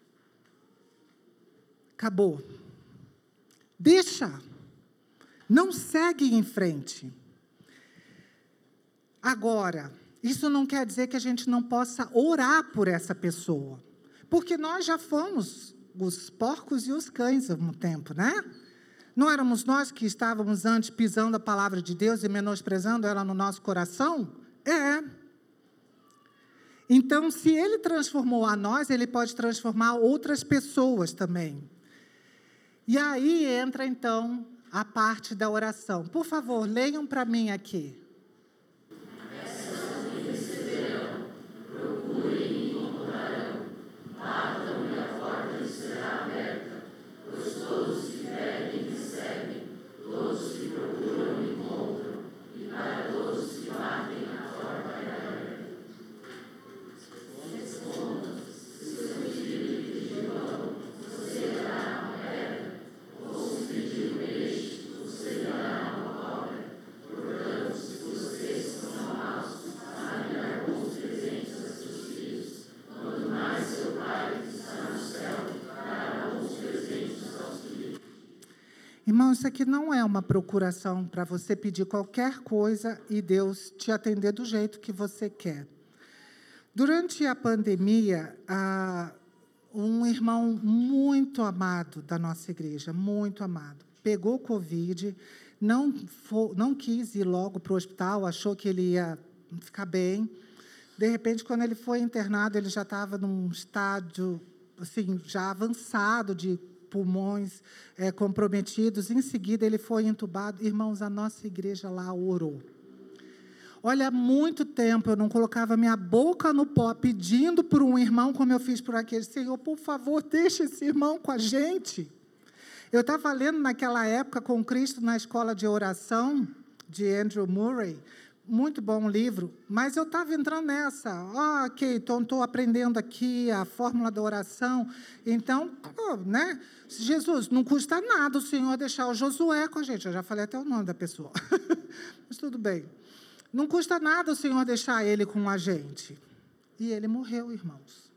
Acabou. Deixa. Não segue em frente. Agora, isso não quer dizer que a gente não possa orar por essa pessoa. Porque nós já fomos os porcos e os cães há um tempo, né? Não éramos nós que estávamos antes pisando a palavra de Deus e menosprezando ela no nosso coração? É. Então, se ele transformou a nós, ele pode transformar outras pessoas também. E aí entra, então, a parte da oração. Por favor, leiam para mim aqui. Irmão, isso aqui não é uma procuração para você pedir qualquer coisa e Deus te atender do jeito que você quer. Durante a pandemia, ah, um irmão muito amado da nossa igreja, muito amado, pegou Covid, não, for, não quis ir logo para o hospital, achou que ele ia ficar bem. De repente, quando ele foi internado, ele já estava num estádio assim, já avançado de pulmões é, comprometidos. Em seguida, ele foi entubado. Irmãos, a nossa igreja lá orou. Olha, há muito tempo eu não colocava minha boca no pó pedindo por um irmão, como eu fiz por aquele. Senhor, por favor, deixa esse irmão com a gente. Eu estava lendo naquela época Com Cristo na Escola de Oração, de Andrew Murray. Muito bom livro, mas eu estava entrando nessa. Oh, ok, então estou aprendendo aqui a fórmula da oração. Então, oh, né? Jesus, não custa nada o Senhor deixar o Josué com a gente. Eu já falei até o nome da pessoa. Mas tudo bem. Não custa nada o Senhor deixar ele com a gente. E ele morreu, irmãos.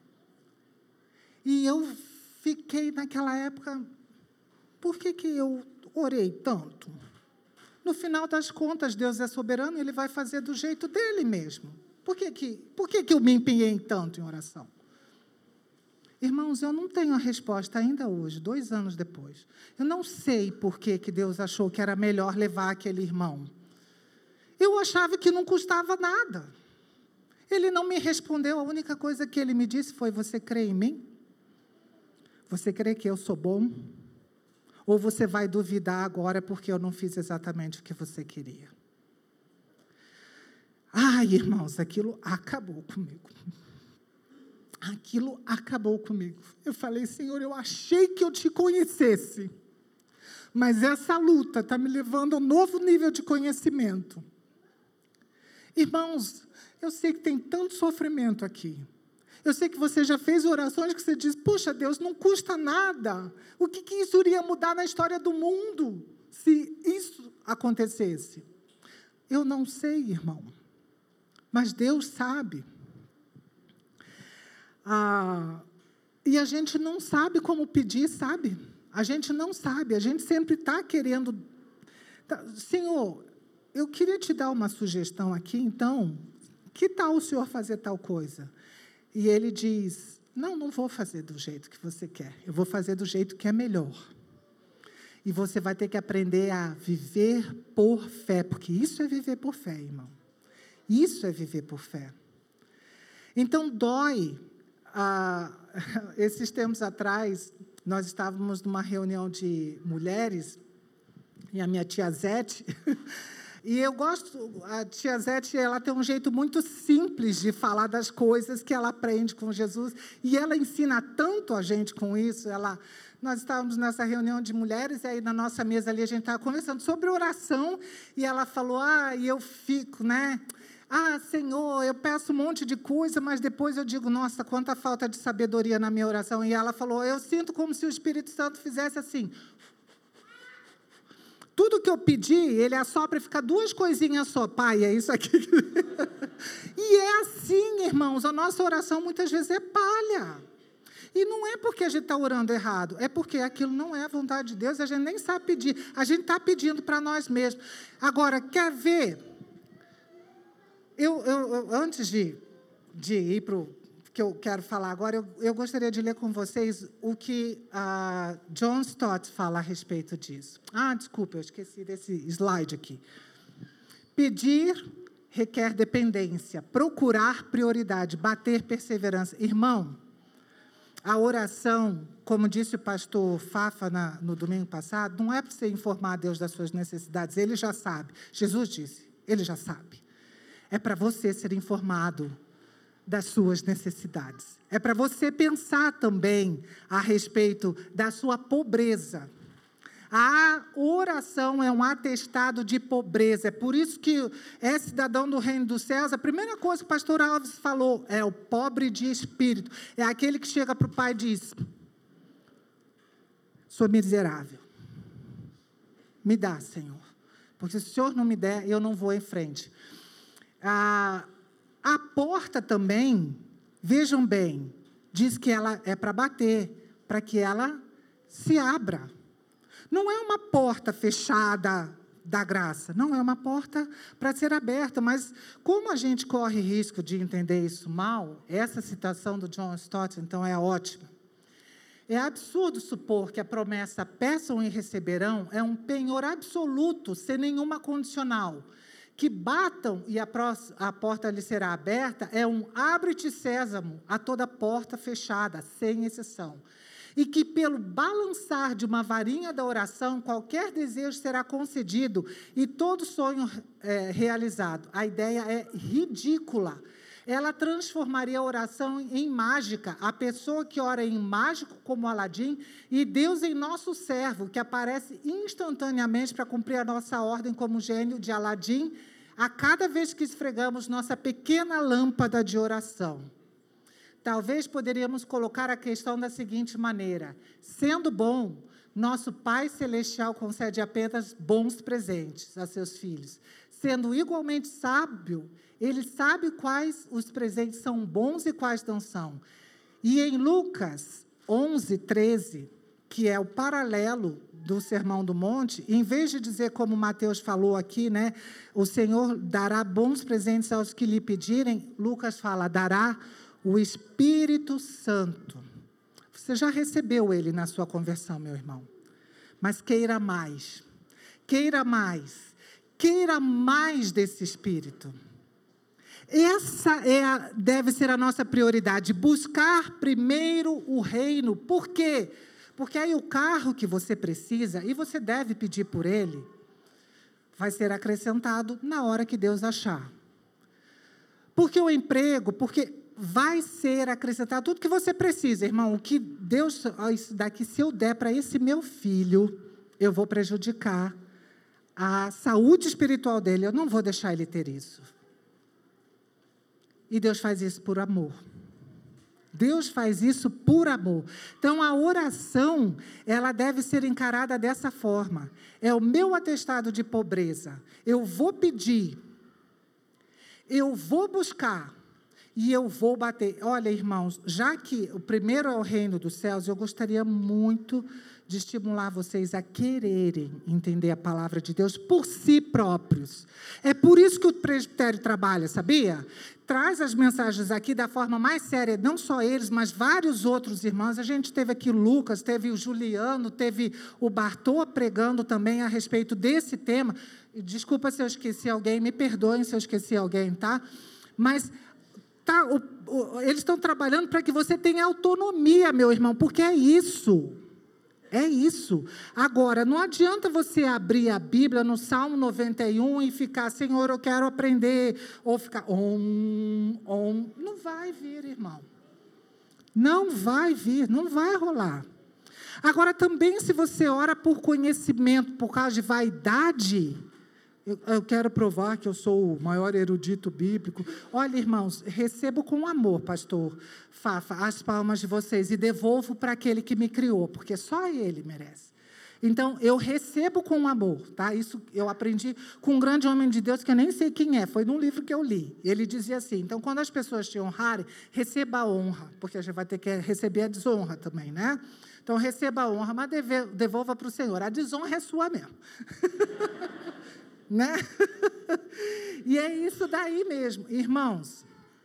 E eu fiquei naquela época, por que que eu orei tanto? No final das contas, Deus é soberano e Ele vai fazer do jeito dEle mesmo. Por que que, por que que eu me empenhei tanto em oração? Irmãos, eu não tenho a resposta ainda hoje, dois anos depois. Eu não sei por que que Deus achou que era melhor levar aquele irmão. Eu achava que não custava nada. Ele não me respondeu, a única coisa que Ele me disse foi, você crê em mim? Você crê que eu sou bom? Ou você vai duvidar agora porque eu não fiz exatamente o que você queria? Ai, irmãos, aquilo acabou comigo. Aquilo acabou comigo. Eu falei, Senhor, eu achei que eu te conhecesse, mas essa luta está me levando a um novo nível de conhecimento. Irmãos, eu sei que tem tanto sofrimento aqui. Eu sei que você já fez orações que você diz, puxa, Deus, não custa nada. O que, que isso iria mudar na história do mundo se isso acontecesse? Eu não sei, irmão. mas Deus sabe. Ah, e a gente não sabe como pedir, sabe? A gente não sabe, a gente sempre está querendo... Tá, Senhor, eu queria te dar uma sugestão aqui, então, que tal o Senhor fazer tal coisa? E Ele diz, não, não vou fazer do jeito que você quer, eu vou fazer do jeito que é melhor. E você vai ter que aprender a viver por fé, porque isso é viver por fé, irmão. Isso é viver por fé. Então, dói. Ah, esses tempos atrás, nós estávamos numa reunião de mulheres, e a minha tia Zete, e eu gosto, a tia Zete, ela tem um jeito muito simples de falar das coisas que ela aprende com Jesus, e ela ensina tanto a gente com isso. Ela, nós estávamos nessa reunião de mulheres, e aí na nossa mesa ali a gente estava conversando sobre oração, e ela falou, ah, e eu fico, né... Ah, Senhor, eu peço um monte de coisa, mas depois eu digo, nossa, quanta falta de sabedoria na minha oração. E ela falou, eu sinto como se o Espírito Santo fizesse assim. Tudo que eu pedi, ele assopra e fica duas coisinhas só. Pai, é isso aqui. E é assim, irmãos, a nossa oração muitas vezes é palha. E não é porque a gente está orando errado, é porque aquilo não é a vontade de Deus, a gente nem sabe pedir. A gente está pedindo para nós mesmos. Agora, quer ver... Eu, eu, eu, antes de, de ir para o que eu quero falar agora, eu, eu gostaria de ler com vocês o que uh, John Stott fala a respeito disso. Ah, desculpa, eu esqueci desse slide aqui. Pedir requer dependência, procurar prioridade, bater perseverança. Irmão, a oração, como disse o pastor Fafa na, no domingo passado, não é para você informar a Deus das suas necessidades, Ele já sabe. Jesus disse, Ele já sabe. É para você ser informado das suas necessidades. É para você pensar também a respeito da sua pobreza. A oração é um atestado de pobreza. É por isso que é cidadão do reino dos céus. A primeira coisa que o pastor Alves falou é o pobre de espírito. É aquele que chega para o pai e diz, sou miserável. Me dá, Senhor. Porque se o Senhor não me der, eu não vou em frente. A, a porta também, vejam bem, diz que ela é para bater, para que ela se abra. Não é uma porta fechada da graça, não é uma porta para ser aberta, mas como a gente corre risco de entender isso mal, essa citação do John Stott, então, é ótima. É absurdo supor que a promessa peçam e receberão é um penhor absoluto, sem nenhuma condicional. Que batam e a, a porta lhe será aberta, é um abre-te sésamo a toda porta fechada, sem exceção. E que pelo balançar de uma varinha da oração, qualquer desejo será concedido e todo sonho é, realizado. A ideia é ridícula. Ela transformaria a oração em mágica. A pessoa que ora em mágico, como Aladim, e Deus em nosso servo, que aparece instantaneamente para cumprir a nossa ordem como gênio de Aladim, a cada vez que esfregamos nossa pequena lâmpada de oração. Talvez poderíamos colocar a questão da seguinte maneira: sendo bom, nosso Pai Celestial concede apenas bons presentes a seus filhos. Sendo igualmente sábio, Ele sabe quais os presentes são bons e quais não são. E em Lucas onze, treze, que é o paralelo do Sermão do Monte, em vez de dizer, como Mateus falou aqui, né, o Senhor dará bons presentes aos que lhe pedirem, Lucas fala, dará o Espírito Santo. Você já recebeu ele na sua conversão, meu irmão. Mas queira mais. Queira mais. Queira mais desse Espírito. Essa é a, deve ser a nossa prioridade. Buscar primeiro o reino. Por quê? Porque aí o carro que você precisa, e você deve pedir por ele, vai ser acrescentado na hora que Deus achar. Porque o emprego, porque... vai ser acrescentado tudo que você precisa, irmão. O que Deus, ó, isso daqui, se eu der para esse meu filho, eu vou prejudicar a saúde espiritual dele. Eu não vou deixar ele ter isso. E Deus faz isso por amor. Deus faz isso por amor. Então, a oração, ela deve ser encarada dessa forma. É o meu atestado de pobreza. Eu vou pedir. Eu vou buscar e eu vou bater. Olha, irmãos, já que o primeiro é o reino dos céus, eu gostaria muito de estimular vocês a quererem entender a palavra de Deus por si próprios. É por isso que o presbitério trabalha, sabia? Traz as mensagens aqui da forma mais séria, não só eles, mas vários outros irmãos. A gente teve aqui o Lucas, teve o Juliano, teve o Bartô pregando também a respeito desse tema. Desculpa se eu esqueci alguém, me perdoem se eu esqueci alguém, tá? Mas tá, o, o, eles estão trabalhando para que você tenha autonomia, meu irmão, porque é isso. É isso. Agora, não adianta você abrir a Bíblia no Salmo noventa e um e ficar, Senhor, eu quero aprender, ou ficar, om, om. Não vai vir, irmão. Não vai vir, não vai rolar. Agora, também, se você ora por conhecimento, por causa de vaidade, eu, eu quero provar que eu sou o maior erudito bíblico. Olha, irmãos, recebo com amor, pastor Fafa, as palmas de vocês e devolvo para aquele que me criou, porque só ele merece. Então, eu recebo com amor, tá? Isso eu aprendi com um grande homem de Deus, que eu nem sei quem é, foi num livro que eu li. Ele dizia assim, então, quando as pessoas te honrarem, receba a honra, porque a gente vai ter que receber a desonra também, né? Então, receba a honra, mas deve, devolva para o Senhor. A desonra é sua mesmo. Né? E é isso daí mesmo. Irmãos,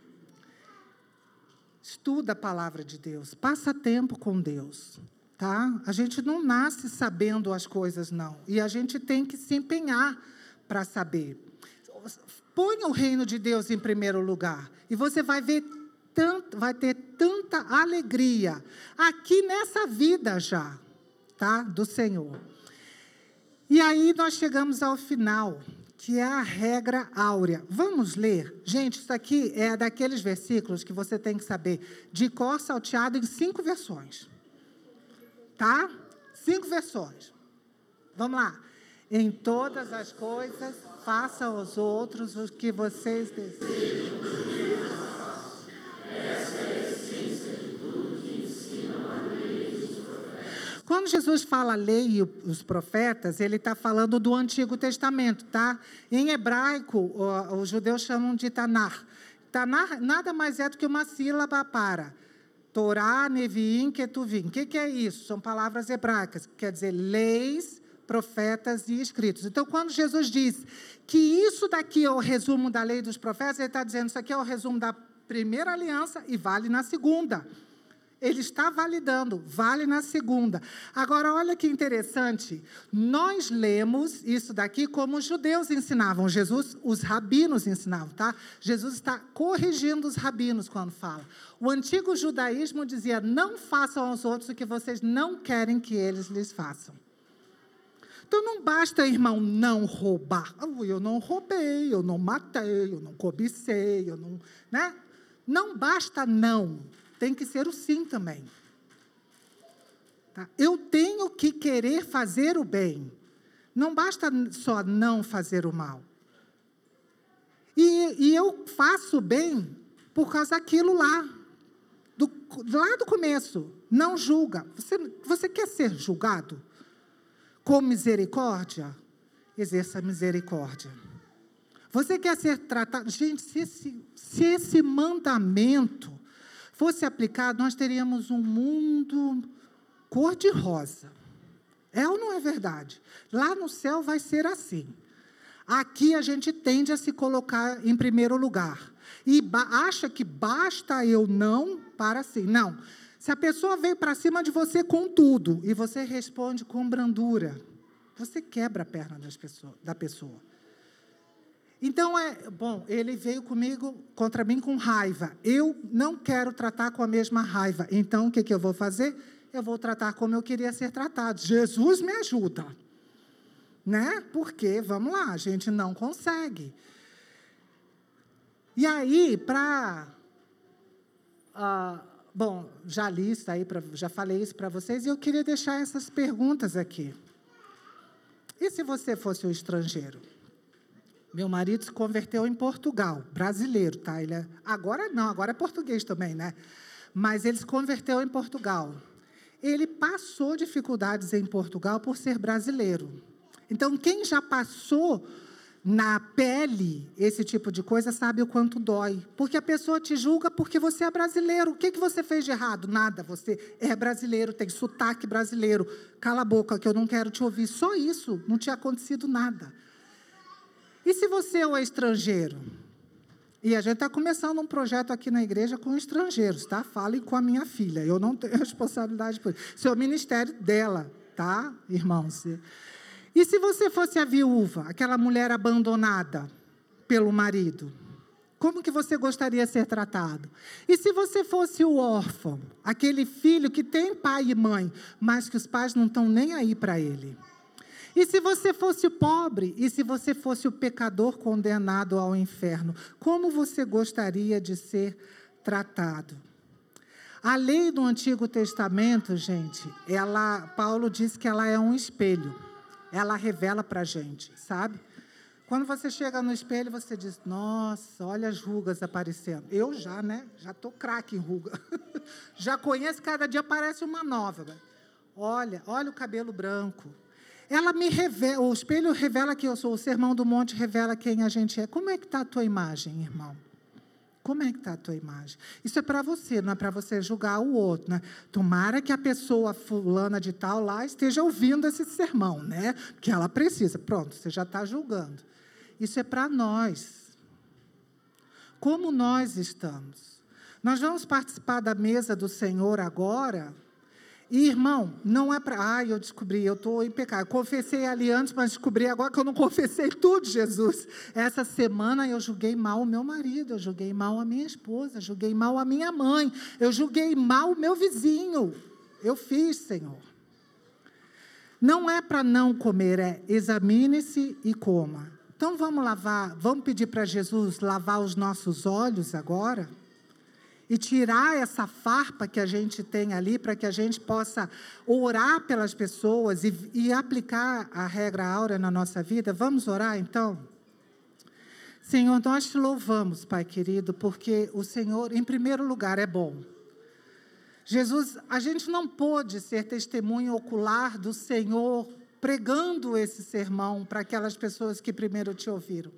estuda a palavra de Deus, passa tempo com Deus. Tá? A gente não nasce sabendo as coisas, não. E a gente tem que se empenhar para saber. Põe o reino de Deus em primeiro lugar. E você vai ver tanto, vai ter tanta alegria aqui nessa vida já, tá? Do Senhor. E aí nós chegamos ao final, que é a regra áurea. Vamos ler? Gente, isso aqui é daqueles versículos que você tem que saber de cor salteado em cinco versões. Tá? Cinco versões. Vamos lá. Em todas as coisas, faça aos outros o que vocês desejam. Quando Jesus fala a lei e os profetas, ele está falando do Antigo Testamento, tá? Em hebraico, os judeus chamam de Tanar. Tanar nada mais é do que uma sílaba para Torá, Neviim, Ketuvim. O que, que é isso? São palavras hebraicas, quer dizer, leis, profetas e escritos. Então, quando Jesus diz que isso daqui é o resumo da lei dos profetas, ele está dizendo que isso aqui é o resumo da primeira aliança e vale na segunda. Ele está validando, vale na segunda. Agora, olha que interessante, nós lemos isso daqui como os judeus ensinavam, Jesus, os rabinos ensinavam, tá? Jesus está corrigindo os rabinos quando fala. O antigo judaísmo dizia, não façam aos outros o que vocês não querem que eles lhes façam. Então, não basta, irmão, não roubar. Oh, eu não roubei, eu não matei, eu não cobicei, eu não... Né? Não basta não. Tem que ser o sim também. Tá? Eu tenho que querer fazer o bem. Não basta só não fazer o mal. E, e eu faço o bem por causa daquilo lá. Do, lá do começo. Não julga. Você, você quer ser julgado? Com misericórdia? Exerça misericórdia. Você quer ser tratado... Gente, se esse, se esse mandamento fosse aplicado, nós teríamos um mundo cor-de-rosa. É ou não é verdade? Lá no céu vai ser assim. Aqui a gente tende a se colocar em primeiro lugar. E acha que basta eu não para sim. Não. Se a pessoa veio para cima de você com tudo, e você responde com brandura, você quebra a perna das pessoas, da pessoa. Então, é, bom, ele veio comigo, contra mim com raiva. Eu não quero tratar com a mesma raiva. Então, o que, que eu vou fazer? Eu vou tratar como eu queria ser tratado. Jesus me ajuda. Né? Porque, vamos lá, a gente não consegue. E aí, para... Uh, bom, já li isso aí, pra, já falei isso para vocês, e eu queria deixar essas perguntas aqui. E se você fosse um estrangeiro? Meu marido se converteu em Portugal, brasileiro, tá? Ele é, agora não, agora é português também, né? Mas ele se converteu em Portugal. Ele passou dificuldades em Portugal por ser brasileiro. Então, quem já passou na pele esse tipo de coisa, sabe o quanto dói. Porque a pessoa te julga porque você é brasileiro. O que, que você fez de errado? Nada, você é brasileiro, tem sotaque brasileiro. Cala a boca que eu não quero te ouvir. Só isso, não tinha acontecido nada. E se você é um estrangeiro? E a gente está começando um projeto aqui na igreja com estrangeiros, tá? Falem com a minha filha, eu não tenho responsabilidade por isso. Isso é o ministério dela, tá, irmãos? E se você fosse a viúva, aquela mulher abandonada pelo marido, como que você gostaria de ser tratado? E se você fosse o órfão, aquele filho que tem pai e mãe, mas que os pais não estão nem aí para ele? E se você fosse o pobre, e se você fosse o pecador condenado ao inferno, como você gostaria de ser tratado? A lei do Antigo Testamento, gente, ela, Paulo diz que ela é um espelho. Ela revela para a gente, sabe? Quando você chega no espelho, você diz, nossa, olha as rugas aparecendo. Eu já, né? Já estou craque em ruga. Já conheço, cada dia aparece uma nova. Olha, olha o cabelo branco. Ela me revela, o espelho revela quem eu sou, o Sermão do Monte revela quem a gente é. Como é que está a tua imagem, irmão? Como é que está a tua imagem? Isso é para você, não é para você julgar o outro, né? Tomara que a pessoa fulana de tal lá esteja ouvindo esse sermão, né? Porque ela precisa. Pronto, você já está julgando. Isso é para nós. Como nós estamos? Nós vamos participar da mesa do Senhor agora. E, irmão, não é para... Ai, eu descobri, eu estou em pecado. Confessei ali antes, mas descobri agora que eu não confessei tudo, Jesus. Essa semana eu julguei mal o meu marido, eu julguei mal a minha esposa, eu julguei mal a minha mãe, eu julguei mal o meu vizinho. Eu fiz, Senhor. Não é para não comer, é examine-se e coma. Então, vamos lavar, vamos pedir para Jesus lavar os nossos olhos agora? E tirar essa farpa que a gente tem ali, para que a gente possa orar pelas pessoas e, e aplicar a regra áurea na nossa vida. Vamos orar, então? Senhor, nós te louvamos, Pai querido, porque o Senhor, em primeiro lugar, é bom. Jesus, a gente não pôde ser testemunho ocular do Senhor pregando esse sermão para aquelas pessoas que primeiro te ouviram.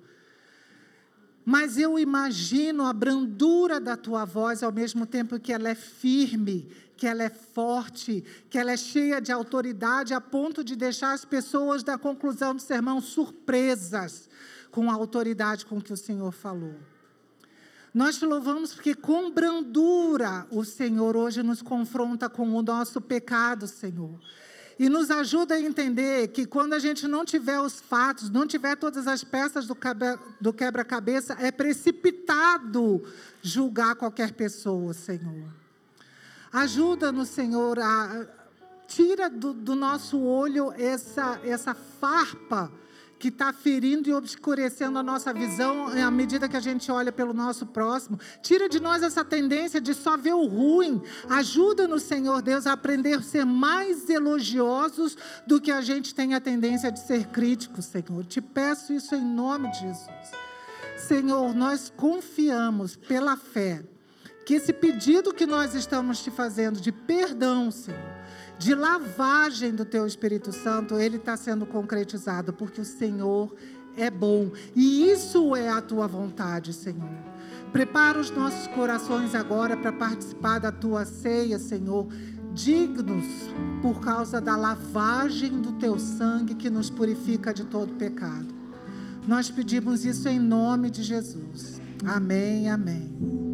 Mas eu imagino a brandura da tua voz, ao mesmo tempo que ela é firme, que ela é forte, que ela é cheia de autoridade, a ponto de deixar as pessoas da conclusão do sermão surpresas com a autoridade com que o Senhor falou. Nós te louvamos porque com brandura o Senhor hoje nos confronta com o nosso pecado, Senhor. E nos ajuda a entender que quando a gente não tiver os fatos, não tiver todas as peças do, cabe, do quebra-cabeça, é precipitado julgar qualquer pessoa, Senhor. Ajuda-nos, Senhor, a, tira do, do nosso olho essa, essa farpa que está ferindo e obscurecendo a nossa visão à medida que a gente olha pelo nosso próximo. Tira de nós essa tendência de só ver o ruim. Ajuda-nos, Senhor Deus, a aprender a ser mais elogiosos do que a gente tem a tendência de ser críticos, Senhor. Te peço isso em nome de Jesus. Senhor, nós confiamos pela fé que esse pedido que nós estamos te fazendo de perdão, Senhor, de lavagem do Teu Espírito Santo, ele está sendo concretizado, porque o Senhor é bom. E isso é a Tua vontade, Senhor. Prepara os nossos corações agora para participar da Tua ceia, Senhor, dignos por causa da lavagem do Teu sangue que nos purifica de todo pecado. Nós pedimos isso em nome de Jesus. Amém, amém.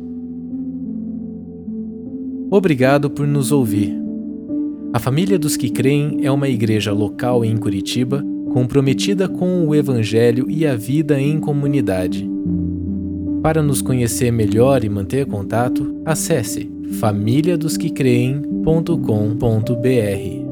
Obrigado por nos ouvir. A Família dos que Creem é uma igreja local em Curitiba, comprometida com o Evangelho e a vida em comunidade. Para nos conhecer melhor e manter contato, acesse família dos que creem ponto com ponto br.